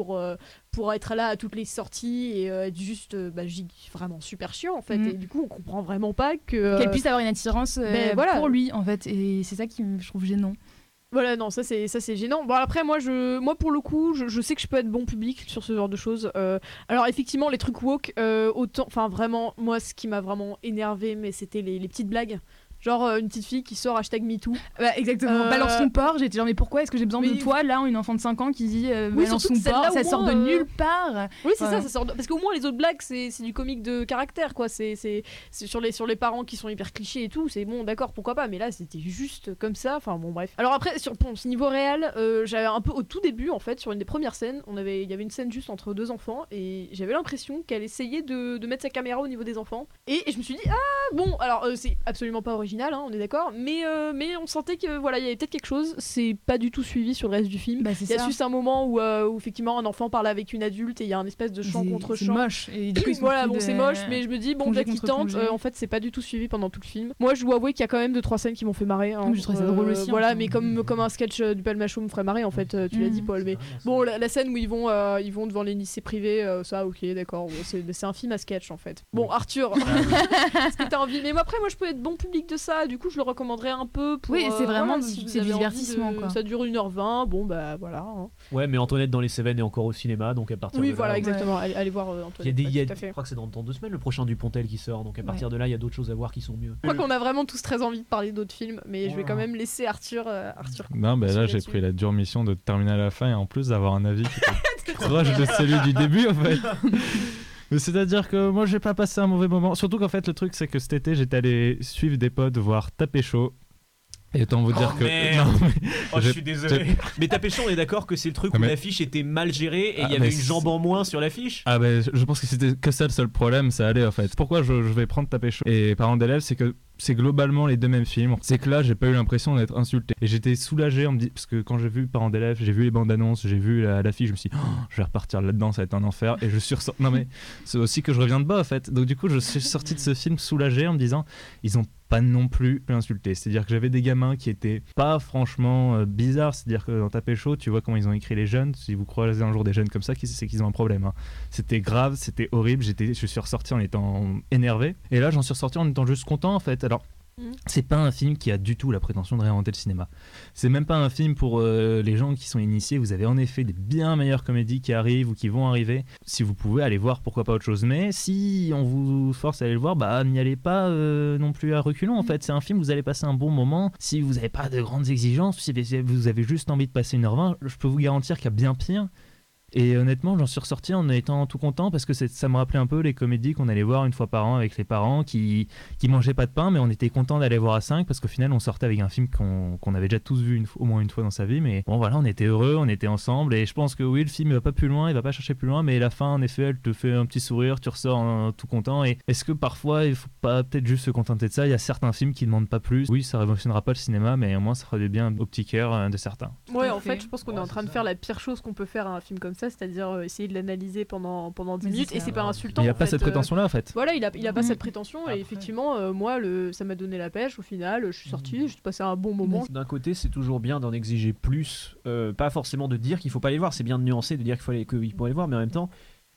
pour être là à toutes les sorties et être juste vraiment super chiant en fait. Et du coup, on comprend vraiment pas que Qu'elle puisse avoir une attirance voilà. pour lui, en fait. Et c'est ça qui je trouve gênant. Voilà, non, ça c'est gênant. Bon, après, moi pour le coup, je sais que je peux être bon public sur ce genre de choses. Alors, effectivement, les trucs woke, autant. Enfin, vraiment, moi, ce qui m'a vraiment énervé, mais c'était les petites blagues. Genre une petite fille qui sort #MeToo. Bah, exactement. Balance ton porc. J'étais genre, mais pourquoi est-ce que j'ai besoin de toi, là, une enfant de 5 ans qui dit balance surtout son que celle-là, porc? Ça au sort moins, de nulle part. Oui, c'est Ouais. ça sort parce qu'au moins les autres blagues, c'est du comique de caractère, quoi. C'est sur les parents qui sont hyper clichés et tout. C'est bon, d'accord, pourquoi pas. Mais là, c'était juste comme ça. Enfin, bon, bref. Alors après, sur ce niveau réel, j'avais un peu au tout début, en fait, sur une des premières scènes, il y avait une scène juste entre deux enfants et j'avais l'impression qu'elle essayait de mettre sa caméra au niveau des enfants. Et je me suis dit, ah bon, alors c'est absolument pas original, hein, on est d'accord. Mais on sentait que voilà, il y avait peut-être quelque chose. C'est pas du tout suivi sur le reste du film. Bah, Il y a juste un moment où effectivement un enfant parle avec une adulte et il y a un espèce de chant contre C'est chant. moche. Et du coup, ils se font Voilà, plus bon, de- c'est moche, mais je me dis, bon, plongée peut-être qu'ils contre tentent. plongée. En fait, c'est pas du tout suivi pendant tout le film. Moi, je dois avouer qu'il y a quand même 2-3 scènes qui m'ont fait marrer. Hein. Oui, je trouve ça drôle aussi, Voilà, enfin. mais comme un sketch du Palmacho me ferait marrer, en fait, tu l'as dit, Paul. Mais bon, la scène où ils vont devant les lycées privés, ça, ok, d'accord. Bon, c'est un film à sketch, en fait. Bon, Arthur, est-ce que t'as envie? Mais après, moi, je peux être bon public de ça. Du coup, je le recommanderais un peu pour. Oui, c'est vraiment si vous c'est avez du envie divertissement, quoi. Ça dure 1h20. Bon, bah voilà. Hein. Ouais, mais Antoinette dans les Cévennes est encore au cinéma, donc à partir Oui, de là, voilà, ouais. exactement. Allez voir Il y a Antoine. des, Tout à je fait. crois que c'est dans 2 semaines le prochain Dupontel qui sort, donc à partir de là, il y a d'autres choses à voir qui sont mieux. Je crois qu'on a vraiment tous très envie de parler d'autres films, mais je vais quand même laisser Arthur. Non, bah là, continuer j'ai là-dessus. pris la dure mission de terminer à la fin et en plus d'avoir un avis qui était proche de celui du début, en fait. Mais c'est-à-dire que moi, j'ai pas passé un mauvais moment. Surtout qu'en fait, le truc, c'est que cet été, j'étais allé suivre des potes voir Taper Chaud. Et autant vous dire que. merde. Non, mais Oh, je j'ai- suis désolé. Mais Tapé Chaud, on est d'accord que c'est le truc Ah, où mais- l'affiche était mal gérée et il Ah, y avait mais une jambe en moins sur l'affiche. Ah ben je pense que c'était que ça le seul problème, ça allait en fait. Pourquoi je vais prendre Taper Chaud et Parents d'élèves, c'est que c'est globalement les deux mêmes films. C'est que là, j'ai pas eu l'impression d'être insulté. Et j'étais soulagé parce que quand j'ai vu Parents d'élèves, j'ai vu les bandes annonces, j'ai vu l'affiche, je me suis dit, oh, je vais repartir là-dedans, ça va être un enfer. Et je suis ressorti. Non mais c'est aussi que je reviens de bas en fait. Donc du coup, je suis sorti de ce film soulagé en me disant, ils ont pas non plus insulté. C'est-à-dire que j'avais des gamins qui étaient pas franchement bizarres. C'est-à-dire que dans Taper Chaud, tu vois comment ils ont écrit les jeunes. Si vous croisez un jour des jeunes comme ça, c'est qu'ils ont un problème. Hein. C'était grave, c'était horrible. Je suis ressorti en étant énervé. Et là, j'en suis ressorti en étant juste content en fait. Alors, c'est pas un film qui a du tout la prétention de réinventer le cinéma. C'est même pas un film pour les gens qui sont initiés. Vous avez en effet des bien meilleures comédies qui arrivent ou qui vont arriver. Si vous pouvez aller voir, pourquoi pas autre chose. Mais si on vous force à aller le voir, bah n'y allez pas non plus à reculons. En fait, c'est un film où vous allez passer un bon moment. Si vous n'avez pas de grandes exigences, si vous avez juste envie de passer 1h20, je peux vous garantir qu'il y a bien pire. Et honnêtement, j'en suis ressorti en étant tout content parce que ça me rappelait un peu les comédies qu'on allait voir une fois par an avec les parents qui mangeaient pas de pain, mais on était content d'aller voir à 5 parce qu'au final, on sortait avec un film qu'on avait déjà tous vu au moins une fois dans sa vie. Mais bon, voilà, on était heureux, on était ensemble. Et je pense que oui, le film il va pas plus loin, il va pas chercher plus loin, mais la fin, en effet, elle te fait un petit sourire, tu ressors tout content. Et est-ce que parfois, il faut pas peut-être juste se contenter de ça? Il y a certains films qui demandent pas plus. Oui, ça révolutionnera pas le cinéma, mais au moins, ça fera du bien au petit cœur de certains. Ouais, en fait, je pense qu'on est en train de faire la pire chose qu'on peut faire à un film comme ça, c'est-à-dire essayer de l'analyser pendant 10 minutes, et c'est pas insultant. Il n'y a en pas fait. cette prétention-là, en fait. Voilà, il a pas cette prétention, et effectivement, moi, ça m'a donné la pêche au final, je suis sorti, j'ai passé un bon moment. D'un côté, c'est toujours bien d'en exiger plus, pas forcément de dire qu'il faut pas aller voir, c'est bien de nuancer, de dire qu'il faut aller les voir, mais en même temps,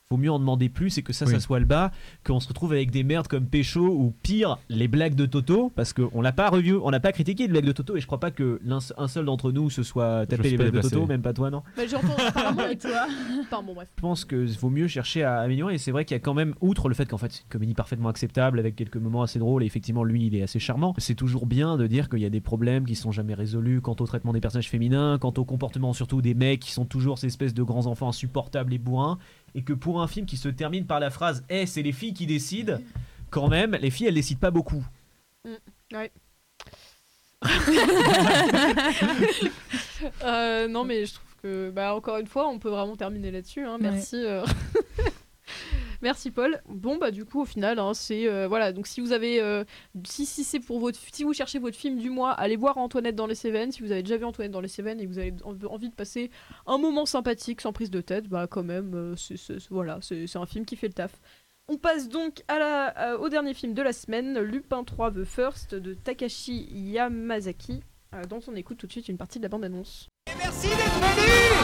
Vaut mieux en demander plus et que ça soit le bas, qu'on se retrouve avec des merdes comme Pécho ou pire, les blagues de Toto, parce qu'on l'a pas review, on n'a pas critiqué les blagues de Toto et je crois pas que un seul d'entre nous se soit tapé les blagues de Toto, même pas toi, non? Bah, j'entends apparemment avec toi. Pardon, bref. Je pense qu'il vaut mieux chercher à améliorer et c'est vrai qu'il y a quand même, outre le fait qu'en fait c'est une comédie parfaitement acceptable avec quelques moments assez drôles et effectivement lui il est assez charmant, c'est toujours bien de dire qu'il y a des problèmes qui sont jamais résolus quant au traitement des personnages féminins, quant au comportement surtout des mecs qui sont toujours ces espèces de grands enfants insupportables et bourrins. Et que pour un film qui se termine par la phrase « c'est les filles qui décident », quand même, les filles, elles décident pas beaucoup. Ouais. Non, mais je trouve que, encore une fois, on peut vraiment terminer là-dessus. Hein. Merci. Merci Paul. Bon du coup au final c'est voilà, donc si vous avez si vous cherchez votre film du mois, allez voir Antoinette dans les Cévennes. Si vous avez déjà vu Antoinette dans les Cévennes et que vous avez envie de passer un moment sympathique sans prise de tête, quand même c'est un film qui fait le taf. On passe donc au dernier film de la semaine, Lupin 3 The First de Takashi Yamazaki, dont on écoute tout de suite une partie de la bande-annonce. Et merci d'être venu.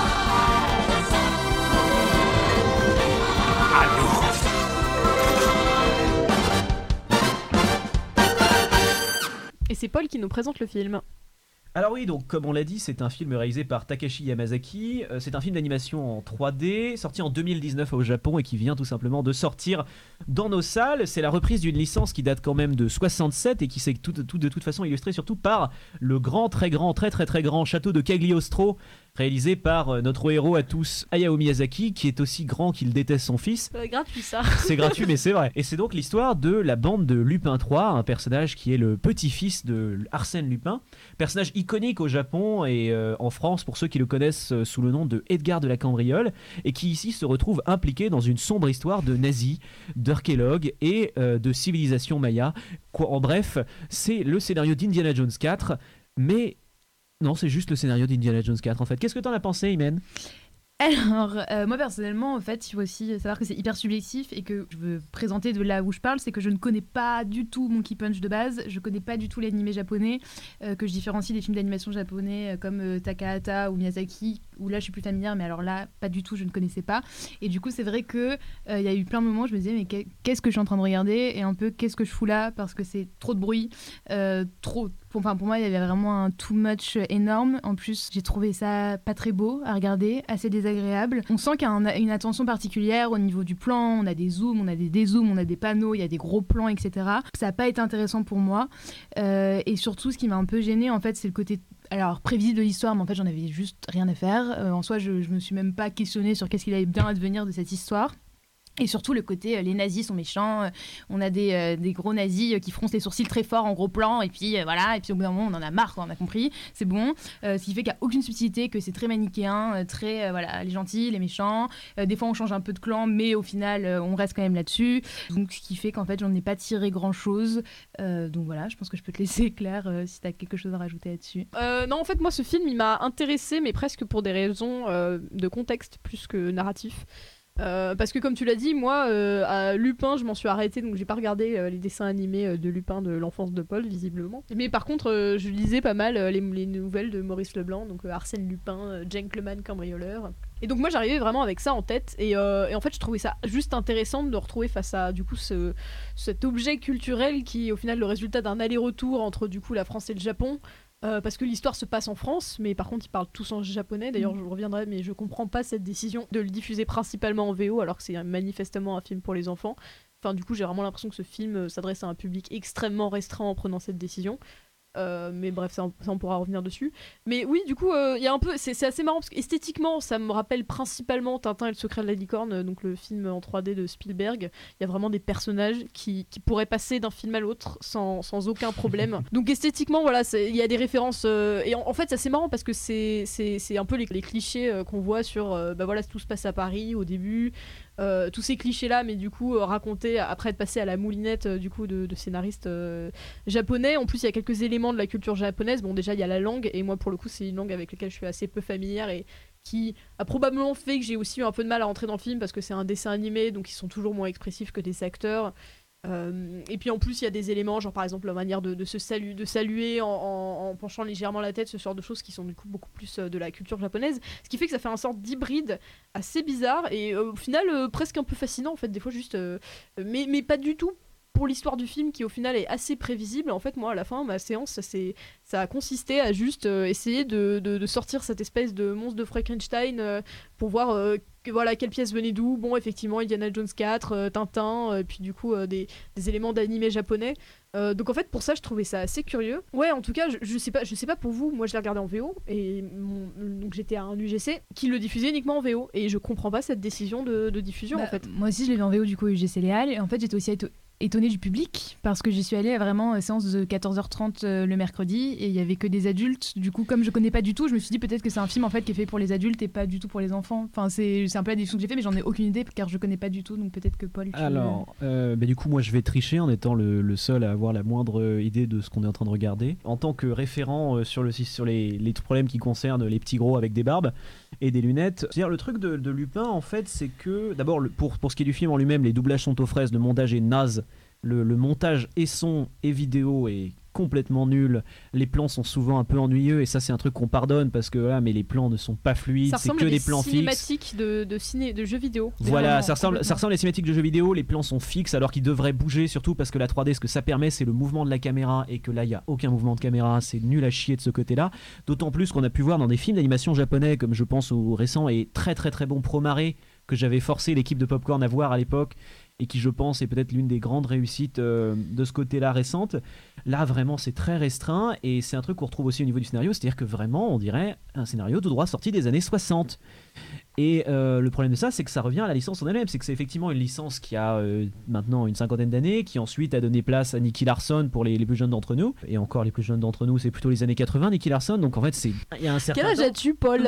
Et c'est Paul qui nous présente le film. Alors oui, donc comme on l'a dit, c'est un film réalisé par Takashi Yamazaki. C'est un film d'animation en 3D, sorti en 2019 au Japon et qui vient tout simplement de sortir dans nos salles. C'est la reprise d'une licence qui date quand même de 67 et qui s'est de toute façon illustrée surtout par le très grand château de Cagliostro, réalisé par notre héros à tous, Hayao Miyazaki, qui est aussi grand qu'il déteste son fils. Gratuit ça. C'est gratuit mais c'est vrai. Et c'est donc l'histoire de la bande de Lupin 3, un personnage qui est le petit-fils de Arsène Lupin, personnage iconique au Japon et en France pour ceux qui le connaissent sous le nom de Edgar de la Cambriole, et qui ici se retrouve impliqué dans une sombre histoire de nazis, d'archéologues et de civilisation maya. En bref, c'est le scénario d'Indiana Jones 4, mais non, c'est juste le scénario d'Indiana Jones 4 en fait. Qu'est-ce que t'en as pensé, Imen ? Alors, moi personnellement, en fait, il faut aussi savoir que c'est hyper subjectif et que je veux présenter de là où je parle, c'est que je ne connais pas du tout Monkey Punch de base, je connais pas du tout l'animé japonais, que je différencie des films d'animation japonais comme Takahata ou Miyazaki, où là je suis plus familière, mais alors là, pas du tout, je ne connaissais pas. Et du coup, c'est vrai que il y a eu plein de moments où je me disais, mais qu'est-ce que je suis en train de regarder ? Et un peu, qu'est-ce que je fous là ? Parce que c'est trop de bruit, trop... Enfin, pour moi, il y avait vraiment un too much énorme. En plus, j'ai trouvé ça pas très beau à regarder, assez désagréable. On sent qu'il y a une attention particulière au niveau du plan. On a des zooms, on a des dézooms, on a des panneaux, il y a des gros plans, etc. Ça n'a pas été intéressant pour moi. Et surtout, ce qui m'a un peu gênée, en fait, c'est le côté... Alors, prévisible de l'histoire, mais en fait, j'en avais juste rien à faire. En soi, je me suis même pas questionnée sur qu'est-ce qu'il allait bien advenir de cette histoire. Et surtout le côté les nazis sont méchants, on a des gros nazis qui froncent les sourcils très fort en gros plan et puis voilà, et puis au bout d'un moment on en a marre quoi, on a compris, c'est bon, ce qui fait qu'il n'y a aucune subtilité, que c'est très manichéen, très voilà, les gentils, les méchants, des fois on change un peu de clan mais au final on reste quand même là-dessus, donc ce qui fait qu'en fait j'en ai pas tiré grand chose, donc voilà, je pense que je peux te laisser Claire si t'as quelque chose à rajouter là-dessus. Non, en fait moi ce film il m'a intéressée mais presque pour des raisons de contexte plus que narratif. Parce que comme tu l'as dit, moi à Lupin je m'en suis arrêtée, donc j'ai pas regardé les dessins animés de Lupin de l'enfance de Paul visiblement, mais par contre je lisais pas mal les nouvelles de Maurice Leblanc, donc Arsène Lupin, gentleman cambrioleur, et donc moi j'arrivais vraiment avec ça en tête et en fait je trouvais ça juste intéressant de me retrouver face à du coup cet objet culturel qui est au final le résultat d'un aller-retour entre du coup la France et le Japon. Parce que l'histoire se passe en France, mais par contre ils parlent tous en japonais. D'ailleurs, je reviendrai, mais je comprends pas cette décision de le diffuser principalement en VO, alors que c'est manifestement un film pour les enfants. Enfin, du coup, j'ai vraiment l'impression que ce film s'adresse à un public extrêmement restreint en prenant cette décision. Mais bref, ça on pourra revenir dessus. Mais oui, du coup, il y a un peu, c'est assez marrant parce qu'esthétiquement, ça me rappelle principalement Tintin et le secret de la licorne, donc le film en 3D de Spielberg. Il y a vraiment des personnages qui pourraient passer d'un film à l'autre sans aucun problème. Donc esthétiquement, voilà, il y a des références. Et en fait, c'est assez marrant parce que c'est un peu les clichés qu'on voit sur, bah voilà, tout se passe à Paris au début. Tous ces clichés là, mais du coup racontés après être passé à la moulinette du coup de scénaristes japonais. En plus il y a quelques éléments de la culture japonaise. Bon, déjà il y a la langue, et moi pour le coup c'est une langue avec laquelle je suis assez peu familière et qui a probablement fait que j'ai aussi eu un peu de mal à rentrer dans le film parce que c'est un dessin animé, donc ils sont toujours moins expressifs que des acteurs. Et puis en plus il y a des éléments genre par exemple la manière de saluer en penchant légèrement la tête, ce genre de choses qui sont du coup beaucoup plus de la culture japonaise, ce qui fait que ça fait un sorte d'hybride assez bizarre et au final presque un peu fascinant en fait des fois juste mais pas du tout pour l'histoire du film qui au final est assez prévisible. En fait moi à la fin ma séance ça a consisté à juste essayer de sortir cette espèce de monstre de Frankenstein pour voir voilà quelle pièce venait d'où. Bon effectivement Indiana Jones 4, Tintin, puis du coup des éléments d'animé japonais. Donc en fait pour ça je trouvais ça assez curieux. Ouais en tout cas je sais pas pour vous, moi je l'ai regardé en VO et donc j'étais à un UGC qui le diffusait uniquement en VO et je comprends pas cette décision de diffusion en fait. Moi aussi je l'ai vu en VO du coup au UGC Léal et en fait j'étais aussi étonnée du public parce que j'y suis allée à vraiment séance de 14h30 le mercredi et il y avait que des adultes. Du coup comme je connais pas du tout je me suis dit peut-être que c'est un film en fait qui est fait pour les adultes et pas du tout pour les enfants. Enfin c'est un peu la déduction que j'ai fait mais j'en ai aucune idée car je connais pas du tout donc peut-être que Paul Alors du coup moi je vais tricher en étant le seul à avoir la moindre idée de ce qu'on est en train de regarder en tant que référent sur les problèmes qui concernent les petits gros avec des barbes et des lunettes. C'est-à-dire le truc de Lupin en fait c'est que d'abord pour ce qui est du film en lui-même les doublages sont aux fraises, le montage est naze. Le montage et son et vidéo est complètement nul, les plans sont souvent un peu ennuyeux et ça c'est un truc qu'on pardonne parce que là mais les plans ne sont pas fluides, c'est que des plans fixes. Cinématiques de jeux vidéo. Voilà, ça ressemble à des cinématiques de jeux vidéo, les plans sont fixes alors qu'ils devraient bouger surtout parce que la 3D ce que ça permet c'est le mouvement de la caméra et que là il y a aucun mouvement de caméra, c'est nul à chier de ce côté-là, d'autant plus qu'on a pu voir dans des films d'animation japonais comme je pense au récent et très très très bon Promare que j'avais forcé l'équipe de Popcorn à voir à l'époque et qui je pense est peut-être l'une des grandes réussites de ce côté-là récente. Là vraiment c'est très restreint et c'est un truc qu'on retrouve aussi au niveau du scénario, c'est-à-dire que vraiment on dirait un scénario de droit sorti des années 60. Et le problème de ça c'est que ça revient à la licence en elle-même, c'est que c'est effectivement une licence qui a maintenant une cinquantaine d'années, qui ensuite a donné place à Nicky Larson pour les plus jeunes d'entre nous, et encore les plus jeunes d'entre nous c'est plutôt les années 80 Nicky Larson, donc en fait il y a un certain Quel âge as-tu Paul?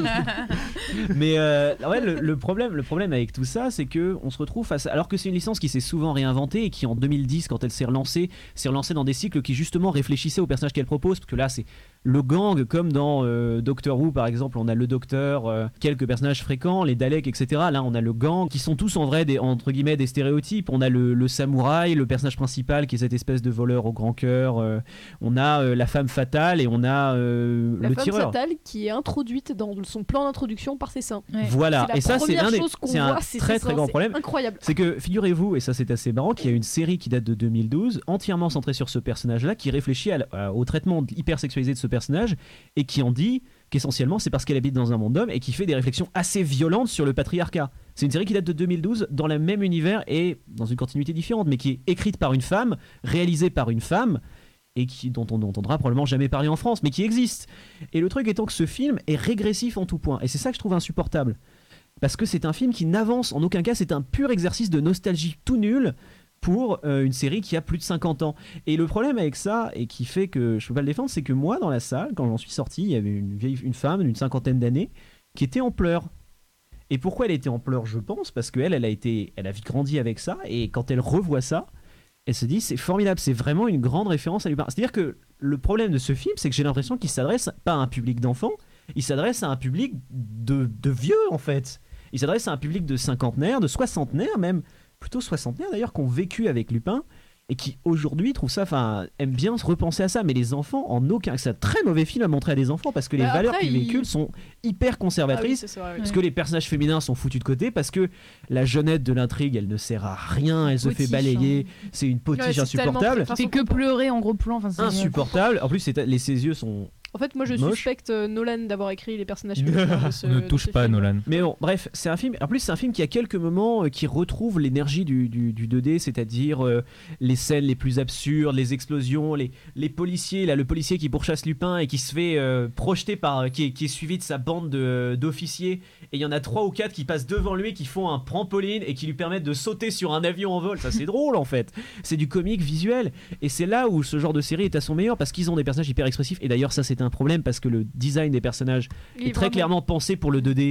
Mais ouais, le problème avec tout ça c'est que on se retrouve face alors que c'est une licence qui s'est souvent réinventée et qui en 2010 quand elle s'est relancée dans des cycles qui justement réfléchissaient aux personnages qu'elle propose, parce que là c'est le gang comme dans Doctor Who par exemple, on a le docteur, quelques personnages fréquents, les Daleks etc. Là on a le gang qui sont tous en vrai entre guillemets des stéréotypes, on a le samouraï, le personnage principal qui est cette espèce de voleur au grand cœur, on a la femme fatale et on a le tireur. La femme fatale qui est introduite dans son plan d'introduction par ses seins. Ouais. Voilà, et ça c'est un très très grand problème. Incroyable. C'est que figurez-vous, et ça c'est assez marrant, qu'il y a une série qui date de 2012 entièrement centrée sur ce personnage-là, qui réfléchit au traitement hyper-sexualisé de ce personnage et qui en dit qu'essentiellement c'est parce qu'elle habite dans un monde d'hommes et qui fait des réflexions assez violentes sur le patriarcat. C'est une série qui date de 2012 dans le même univers et dans une continuité différente, mais qui est écrite par une femme, réalisée par une femme et dont on n'entendra probablement jamais parler en France, mais qui existe. Et le truc étant que ce film est régressif en tout point, et c'est ça que je trouve insupportable. Parce que c'est un film qui n'avance en aucun cas, c'est un pur exercice de nostalgie tout nul pour une série qui a plus de 50 ans. Et le problème avec ça, et qui fait que je peux pas le défendre, c'est que moi dans la salle, quand j'en suis sorti, il y avait une femme d'une cinquantaine d'années qui était en pleurs. Et pourquoi elle était en pleurs, je pense, parce qu'elle a grandi avec ça, et quand elle revoit ça, elle se dit c'est formidable, c'est vraiment une grande référence à Lupin. C'est-à-dire que le problème de ce film, c'est que j'ai l'impression qu'il s'adresse pas à un public d'enfants, il s'adresse à un public de vieux en fait. Il s'adresse à un public de cinquantenaires, de soixantenaires même, plutôt soixantenaires d'ailleurs, qui ont vécu avec Lupin et qui aujourd'hui trouvent ça, aiment bien se repenser à ça. Mais les enfants, en aucun, c'est un très mauvais film à montrer à des enfants parce que les valeurs qu'ils véhiculent sont hyper conservatrices, parce que les personnages féminins sont foutus de côté, parce que la jeunette de l'intrigue, elle ne sert à rien, elle se fait balayer, c'est une potiche insupportable. C'est que pleurer en gros plan, insupportable. En plus, ses yeux sont... En fait, moi je suspecte Nolan d'avoir écrit les personnages. Ne touche pas Nolan. Mais bon, bref, c'est un film. En plus, c'est un film qui a quelques moments qui retrouve l'énergie du 2D, c'est-à-dire les scènes les plus absurdes, les explosions, les policiers. Là, le policier qui pourchasse Lupin et qui se fait projeter qui est suivi de sa bande d'officiers. Et il y en a 3 ou 4 qui passent devant lui, qui font un trampoline et qui lui permettent de sauter sur un avion en vol. Ça, c'est drôle en fait. C'est du comique visuel. Et c'est là où ce genre de série est à son meilleur parce qu'ils ont des personnages hyper expressifs. Et d'ailleurs, ça, c'est un problème parce que le design des personnages est très clairement pensé pour le 2D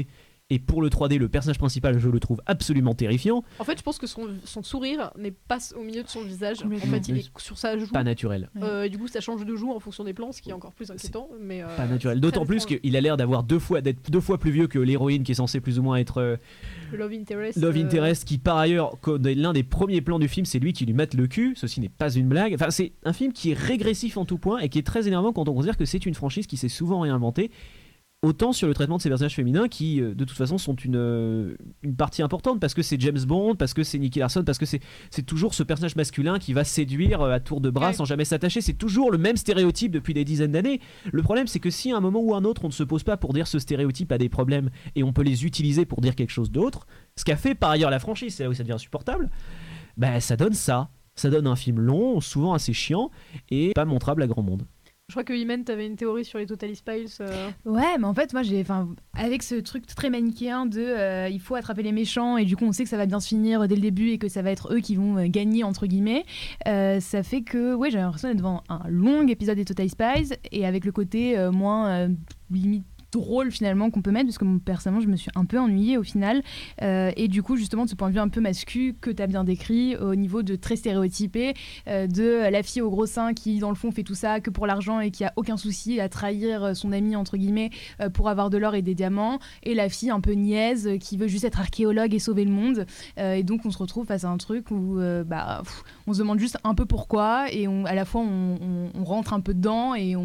Et pour le 3D, le personnage principal, je le trouve absolument terrifiant. En fait, je pense que son sourire n'est pas au milieu de son visage. En Complètement. fait, il est sur sa joue. Pas naturel. Et du coup, ça change de joue en fonction des plans, ce qui est encore plus inquiétant. Mais, Pas naturel. D'autant très plus étrange. qu'il a l'air d'être 2 fois plus vieux que l'héroïne qui est censée plus ou moins être Le Love Interest. Love Interest, qui par ailleurs, l'un des premiers plans du film, c'est lui qui lui mate le cul. Ceci n'est pas une blague. Enfin, c'est un film qui est régressif en tout point et qui est très énervant quand on considère que c'est une franchise qui s'est souvent réinventée. Autant sur le traitement de ces personnages féminins qui, de toute façon, sont une partie importante parce que c'est James Bond, parce que c'est Nicky Larson, parce que c'est toujours ce personnage masculin qui va séduire à tour de bras sans jamais s'attacher. C'est toujours le même stéréotype depuis des dizaines d'années. Le problème, c'est que si à un moment ou un autre, on ne se pose pas pour dire ce stéréotype a des problèmes et on peut les utiliser pour dire quelque chose d'autre, ce qu'a fait par ailleurs la franchise, c'est là où ça devient insupportable, bah, ça donne ça. Ça donne un film long, souvent assez chiant et pas montrable à grand monde. Je crois que Imen, t'avais une théorie sur les Totally Spies. Ouais, mais en fait, moi, avec ce truc très manichéen de il faut attraper les méchants et du coup, on sait que ça va bien se finir dès le début et que ça va être eux qui vont gagner, entre guillemets, ça fait que, ouais, j'avais l'impression d'être devant un long épisode des Totally Spies et avec le côté moins limite drôle finalement qu'on peut mettre parce que personnellement je me suis un peu ennuyée au final et du coup justement de ce point de vue un peu mascu que t'as bien décrit au niveau de très stéréotypé de la fille au gros sein qui dans le fond fait tout ça que pour l'argent et qui a aucun souci à trahir son ami entre guillemets pour avoir de l'or et des diamants et la fille un peu niaise qui veut juste être archéologue et sauver le monde et donc on se retrouve face à un truc où on se demande juste un peu pourquoi et à la fois on rentre un peu dedans et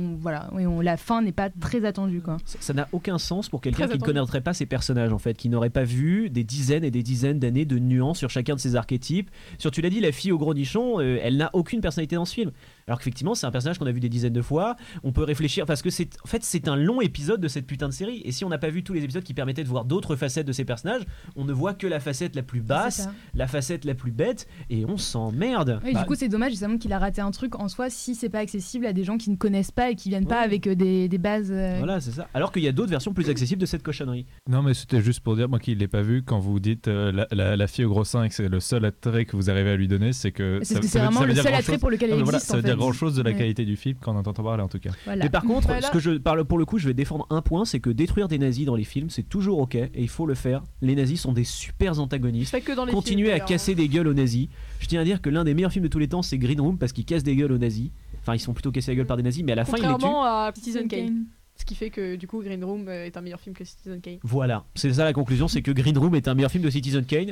la fin n'est pas très attendue quoi. Ça n'a aucun sens pour quelqu'un qui ne connaîtrait pas ces personnages en fait, qui n'aurait pas vu des dizaines et des dizaines d'années de nuances sur chacun de ces archétypes. Sur, tu l'as dit, la fille au gros nichon, elle n'a aucune personnalité dans ce film. Alors qu'effectivement, c'est un personnage qu'on a vu des dizaines de fois. On peut réfléchir parce que c'est un long épisode de cette putain de série. Et si on n'a pas vu tous les épisodes qui permettaient de voir d'autres facettes de ces personnages, on ne voit que la facette la plus basse, la facette la plus bête, et on s'emmerde. Oui, du coup, c'est dommage justement qu'il a raté un truc en soi si c'est pas accessible à des gens qui ne connaissent pas et qui viennent pas avec des bases. Voilà, c'est ça. Alors qu'il y a d'autres versions plus accessibles de cette cochonnerie. Non, mais c'était juste pour dire, moi qui ne l'ai pas vu, quand vous dites la fille au gros sein et que c'est le seul attrait que vous arrivez à lui donner, c'est que c'est vraiment le seul attrait pour lequel elle existe. Ça veut dire grand chose de la qualité du film quand on entend parler en tout cas. Voilà. Mais par contre, ce que je parle pour le coup, je vais défendre un point, c'est que détruire des nazis dans les films, c'est toujours ok et il faut le faire. Les nazis sont des super antagonistes. Pas que dans les Continuez films, à casser des gueules aux nazis. Je tiens à dire que l'un des meilleurs films de tous les temps, c'est Green Room parce qu'ils cassent des gueules aux nazis. Enfin, ils sont plutôt cassés la gueule par des nazis, mais à la fin, ils les tuent. Contrairement à Citizen Kane. Ce qui fait que du coup Green Room est un meilleur film que Citizen Kane. Voilà, c'est ça la conclusion, c'est que Green Room est un meilleur film de Citizen Kane.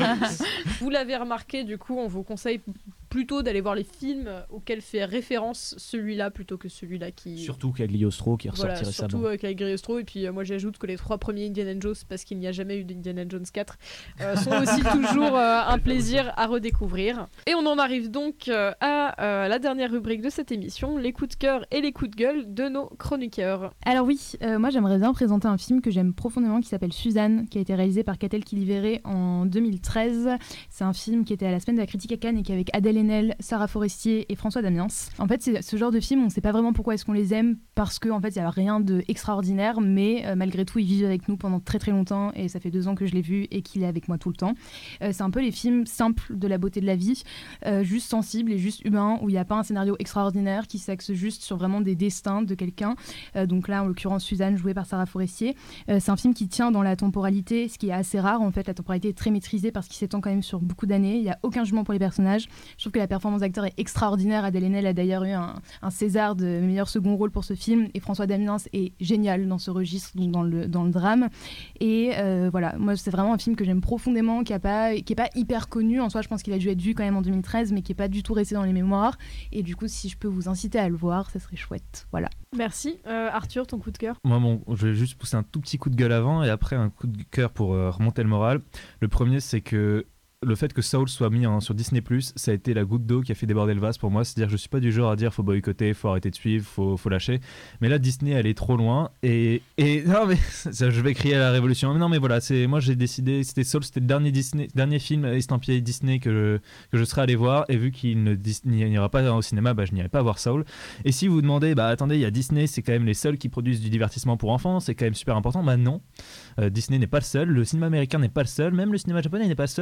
Vous l'avez remarqué, du coup on vous conseille plutôt d'aller voir les films auxquels fait référence celui-là plutôt que celui-là qui... Surtout Cagliostro qui est ressorti récemment. récemment. Surtout Cagliostro, et puis moi j'ajoute que les 3 premiers Indiana Jones, parce qu'il n'y a jamais eu d'Indiana Jones 4, sont aussi toujours un plaisir à redécouvrir. Et on en arrive donc à la dernière rubrique de cette émission, les coups de cœur et les coups de gueule de nos chroniqueurs. Alors oui, moi j'aimerais bien présenter un film que j'aime profondément qui s'appelle Suzanne, qui a été réalisé par Catel Kiliveré en 2013. C'est un film qui était à la semaine de la critique à Cannes et qui est avec Adèle Haenel, Sarah Forestier et François Damiens. En fait, c'est ce genre de film, on ne sait pas vraiment pourquoi est-ce qu'on les aime, parce qu'en fait, il n'y a rien d'extraordinaire, mais malgré tout, ils vivent avec nous pendant très très longtemps et ça fait 2 ans que je l'ai vu et qu'il est avec moi tout le temps. C'est un peu les films simples de la beauté de la vie, juste sensibles et juste humains, où il n'y a pas un scénario extraordinaire qui s'axe juste sur vraiment des destins de quelqu'un. Donc là, en l'occurrence, Suzanne, jouée par Sarah Forestier. C'est un film qui tient dans la temporalité, ce qui est assez rare. En fait, la temporalité est très maîtrisée parce qu'il s'étend quand même sur beaucoup d'années. Il n'y a aucun jugement pour les personnages. Je trouve que la performance d'acteur est extraordinaire. Adèle Haenel a d'ailleurs eu un César de meilleur second rôle pour ce film. Et François Damiens est génial dans ce registre, donc dans le drame. Et voilà, moi, c'est vraiment un film que j'aime profondément, qui est pas hyper connu. En soi, je pense qu'il a dû être vu quand même en 2013, mais qui n'est pas du tout resté dans les mémoires. Et du coup, si je peux vous inciter à le voir, ça serait chouette. Voilà. Merci. Arthur, ton coup de cœur? Moi, je vais juste pousser un tout petit coup de gueule avant et après un coup de cœur pour remonter le moral. Le premier, c'est que le fait que Saul soit mis sur Disney+, ça a été la goutte d'eau qui a fait déborder le vase pour moi. C'est-à-dire que je suis pas du genre à dire faut boycotter, faut arrêter de suivre, faut lâcher. Mais là, Disney, elle est trop loin. Et non, mais ça, je vais crier à la révolution. Mais non, mais voilà, moi j'ai décidé, c'était Saul, c'était le dernier film estampillé Disney que je serais allé voir. Et vu qu'il n'y ira pas au cinéma, je n'irai pas voir Saul. Et si vous vous demandez, attendez, il y a Disney, c'est quand même les seuls qui produisent du divertissement pour enfants, c'est quand même super important. Non, Disney n'est pas le seul, le cinéma américain n'est pas le seul, même le cinéma japonais n'est pas le seul, parce qu'en France,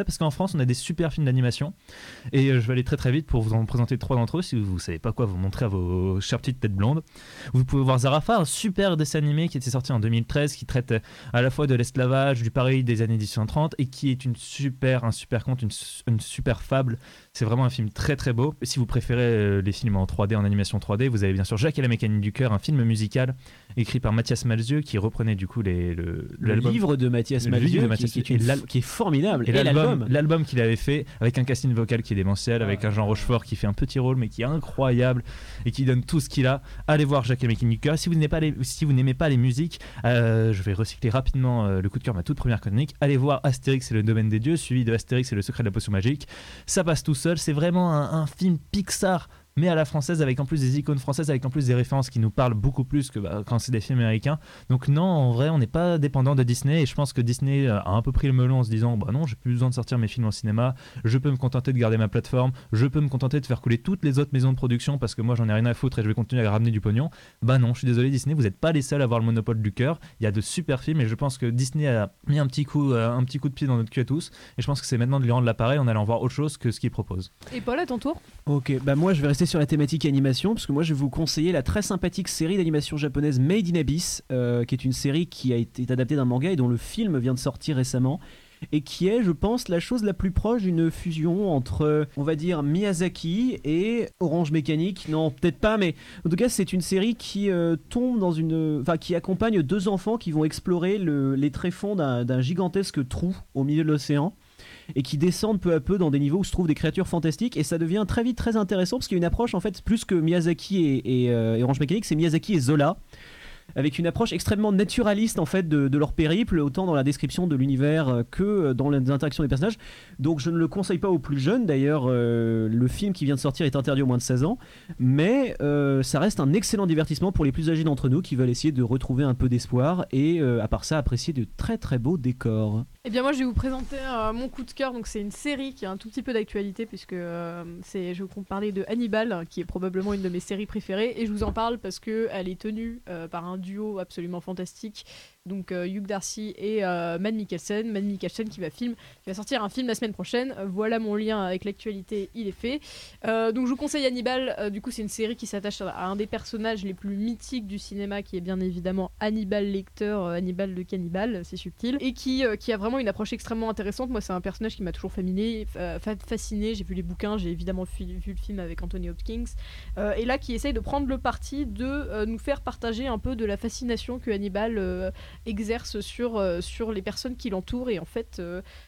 France, on a des super films d'animation. Et je vais aller très très vite pour vous en présenter 3 d'entre eux. Si vous ne savez pas quoi vous montrer à vos chères petites têtes blondes. Vous pouvez voir Zarafa, un super dessin animé qui était sorti en 2013, qui traite à la fois de l'esclavage, du Paris des années 1830 et qui est un super conte, une super fable. C'est vraiment un film très très beau. Si vous préférez les films en 3D, en animation 3D, vous avez bien sûr Jacques et la mécanique du cœur, un film musical écrit par Mathias Malzieu qui reprenait du coup le livre de Mathias Malzieu qui est formidable. Et l'album qu'il avait fait avec un casting vocal qui est démentiel, avec un Jean Rochefort qui fait un petit rôle mais qui est incroyable et qui donne tout ce qu'il a. Allez voir Jacques et la mécanique du cœur. Si vous n'aimez pas les musiques, je vais recycler rapidement le coup de cœur, ma toute première chronique. Allez voir Astérix et le domaine des dieux, suivi de Astérix et le secret de la potion magique. Ça passe tout seul, c'est vraiment un film Pixar mais à la française, avec en plus des icônes françaises, avec en plus des références qui nous parlent beaucoup plus que quand c'est des films américains. Donc non, en vrai, on n'est pas dépendant de Disney, et je pense que Disney a un peu pris le melon en se disant non, j'ai plus besoin de sortir mes films au cinéma, je peux me contenter de garder ma plateforme, je peux me contenter de faire couler toutes les autres maisons de production parce que moi j'en ai rien à foutre et je vais continuer à ramener du pognon. Non, je suis désolé Disney, vous n'êtes pas les seuls à avoir le monopole du cœur. Il y a de super films et je pense que Disney a mis un petit coup de pied dans notre cul à tous, et je pense que c'est maintenant de lui rendre l'appareil en allant voir autre chose que ce qu'il propose. Et Paul, à ton tour. Ok, moi je vais rester sur la thématique animation, parce que moi je vais vous conseiller la très sympathique série d'animation japonaise Made in Abyss, qui est une série qui a été adaptée d'un manga et dont le film vient de sortir récemment, et qui est, je pense, la chose la plus proche d'une fusion entre, on va dire, Miyazaki et Orange Mécanique. Non, peut-être pas, mais en tout cas c'est une série qui qui accompagne 2 enfants qui vont explorer les tréfonds d'un gigantesque trou au milieu de l'océan, et qui descendent peu à peu dans des niveaux où se trouvent des créatures fantastiques, et ça devient très vite très intéressant parce qu'il y a une approche, en fait, plus que Miyazaki et Orange Mécanique, c'est Miyazaki et Zola, avec une approche extrêmement naturaliste en fait de leur périple, autant dans la description de l'univers que dans les interactions des personnages. Donc je ne le conseille pas aux plus jeunes, d'ailleurs le film qui vient de sortir est interdit aux moins de 16 ans, mais ça reste un excellent divertissement pour les plus âgés d'entre nous qui veulent essayer de retrouver un peu d'espoir et à part ça apprécier de très très beaux décors. Eh bien moi je vais vous présenter mon coup de cœur. Donc c'est une série qui a un tout petit peu d'actualité puisque je vais vous parler de Hannibal, qui est probablement une de mes séries préférées, et je vous en parle parce qu'elle est tenue par un duo absolument fantastique, donc Hugh Darcy et Mads Mikkelsen. Mads Mikkelsen qui va sortir un film la semaine prochaine. Voilà, mon lien avec l'actualité, il est fait. Donc je vous conseille Hannibal. Du coup c'est une série qui s'attache à un des personnages les plus mythiques du cinéma, qui est bien évidemment Hannibal Lecter, Hannibal le cannibale, c'est subtil, et qui a vraiment une approche extrêmement intéressante. Moi c'est un personnage qui m'a toujours fasciné. J'ai vu les bouquins, j'ai évidemment vu le film avec Anthony Hopkins, et là qui essaye de prendre le parti de nous faire partager un peu de la fascination que Hannibal exerce sur les personnes qui l'entourent, et en fait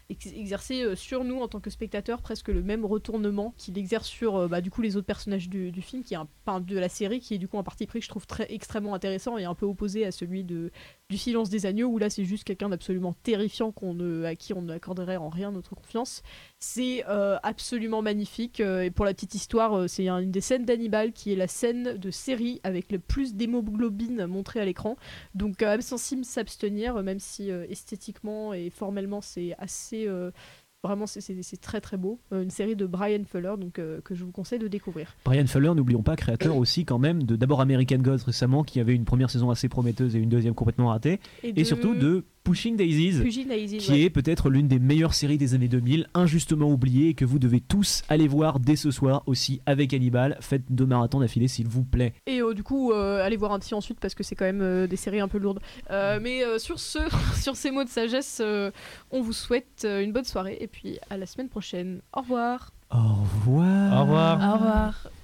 exercer sur nous en tant que spectateurs presque le même retournement qu'il exerce sur du coup les autres personnages du film, de la série, qui est du coup un parti pris que je trouve extrêmement intéressant et un peu opposé à celui du Silence des agneaux, où là c'est juste quelqu'un d'absolument terrifiant à qui on n'accorderait en rien notre confiance. C'est absolument magnifique, et pour la petite histoire, c'est une des scènes d'Hannibal qui est la scène de série avec le plus d'hémoglobine montrée à l'écran, donc censé s'abstenir, même si esthétiquement et formellement c'est assez vraiment c'est très très beau. Une série de Bryan Fuller, donc que je vous conseille de découvrir. Bryan Fuller, n'oublions pas, créateur aussi quand même d'abord American Gods récemment, qui avait une première saison assez prometteuse et une deuxième complètement ratée, et surtout de Pushing Daisies, qui est peut-être l'une des meilleures séries des années 2000, injustement oubliée, et que vous devez tous aller voir dès ce soir aussi avec Hannibal. Faites 2 marathons d'affilée s'il vous plaît. Et du coup, allez voir un petit ensuite, parce que c'est quand même des séries un peu lourdes. Mais sur ces mots de sagesse, on vous souhaite une bonne soirée, et puis à la semaine prochaine. Au revoir. Au revoir. Au revoir. Au revoir.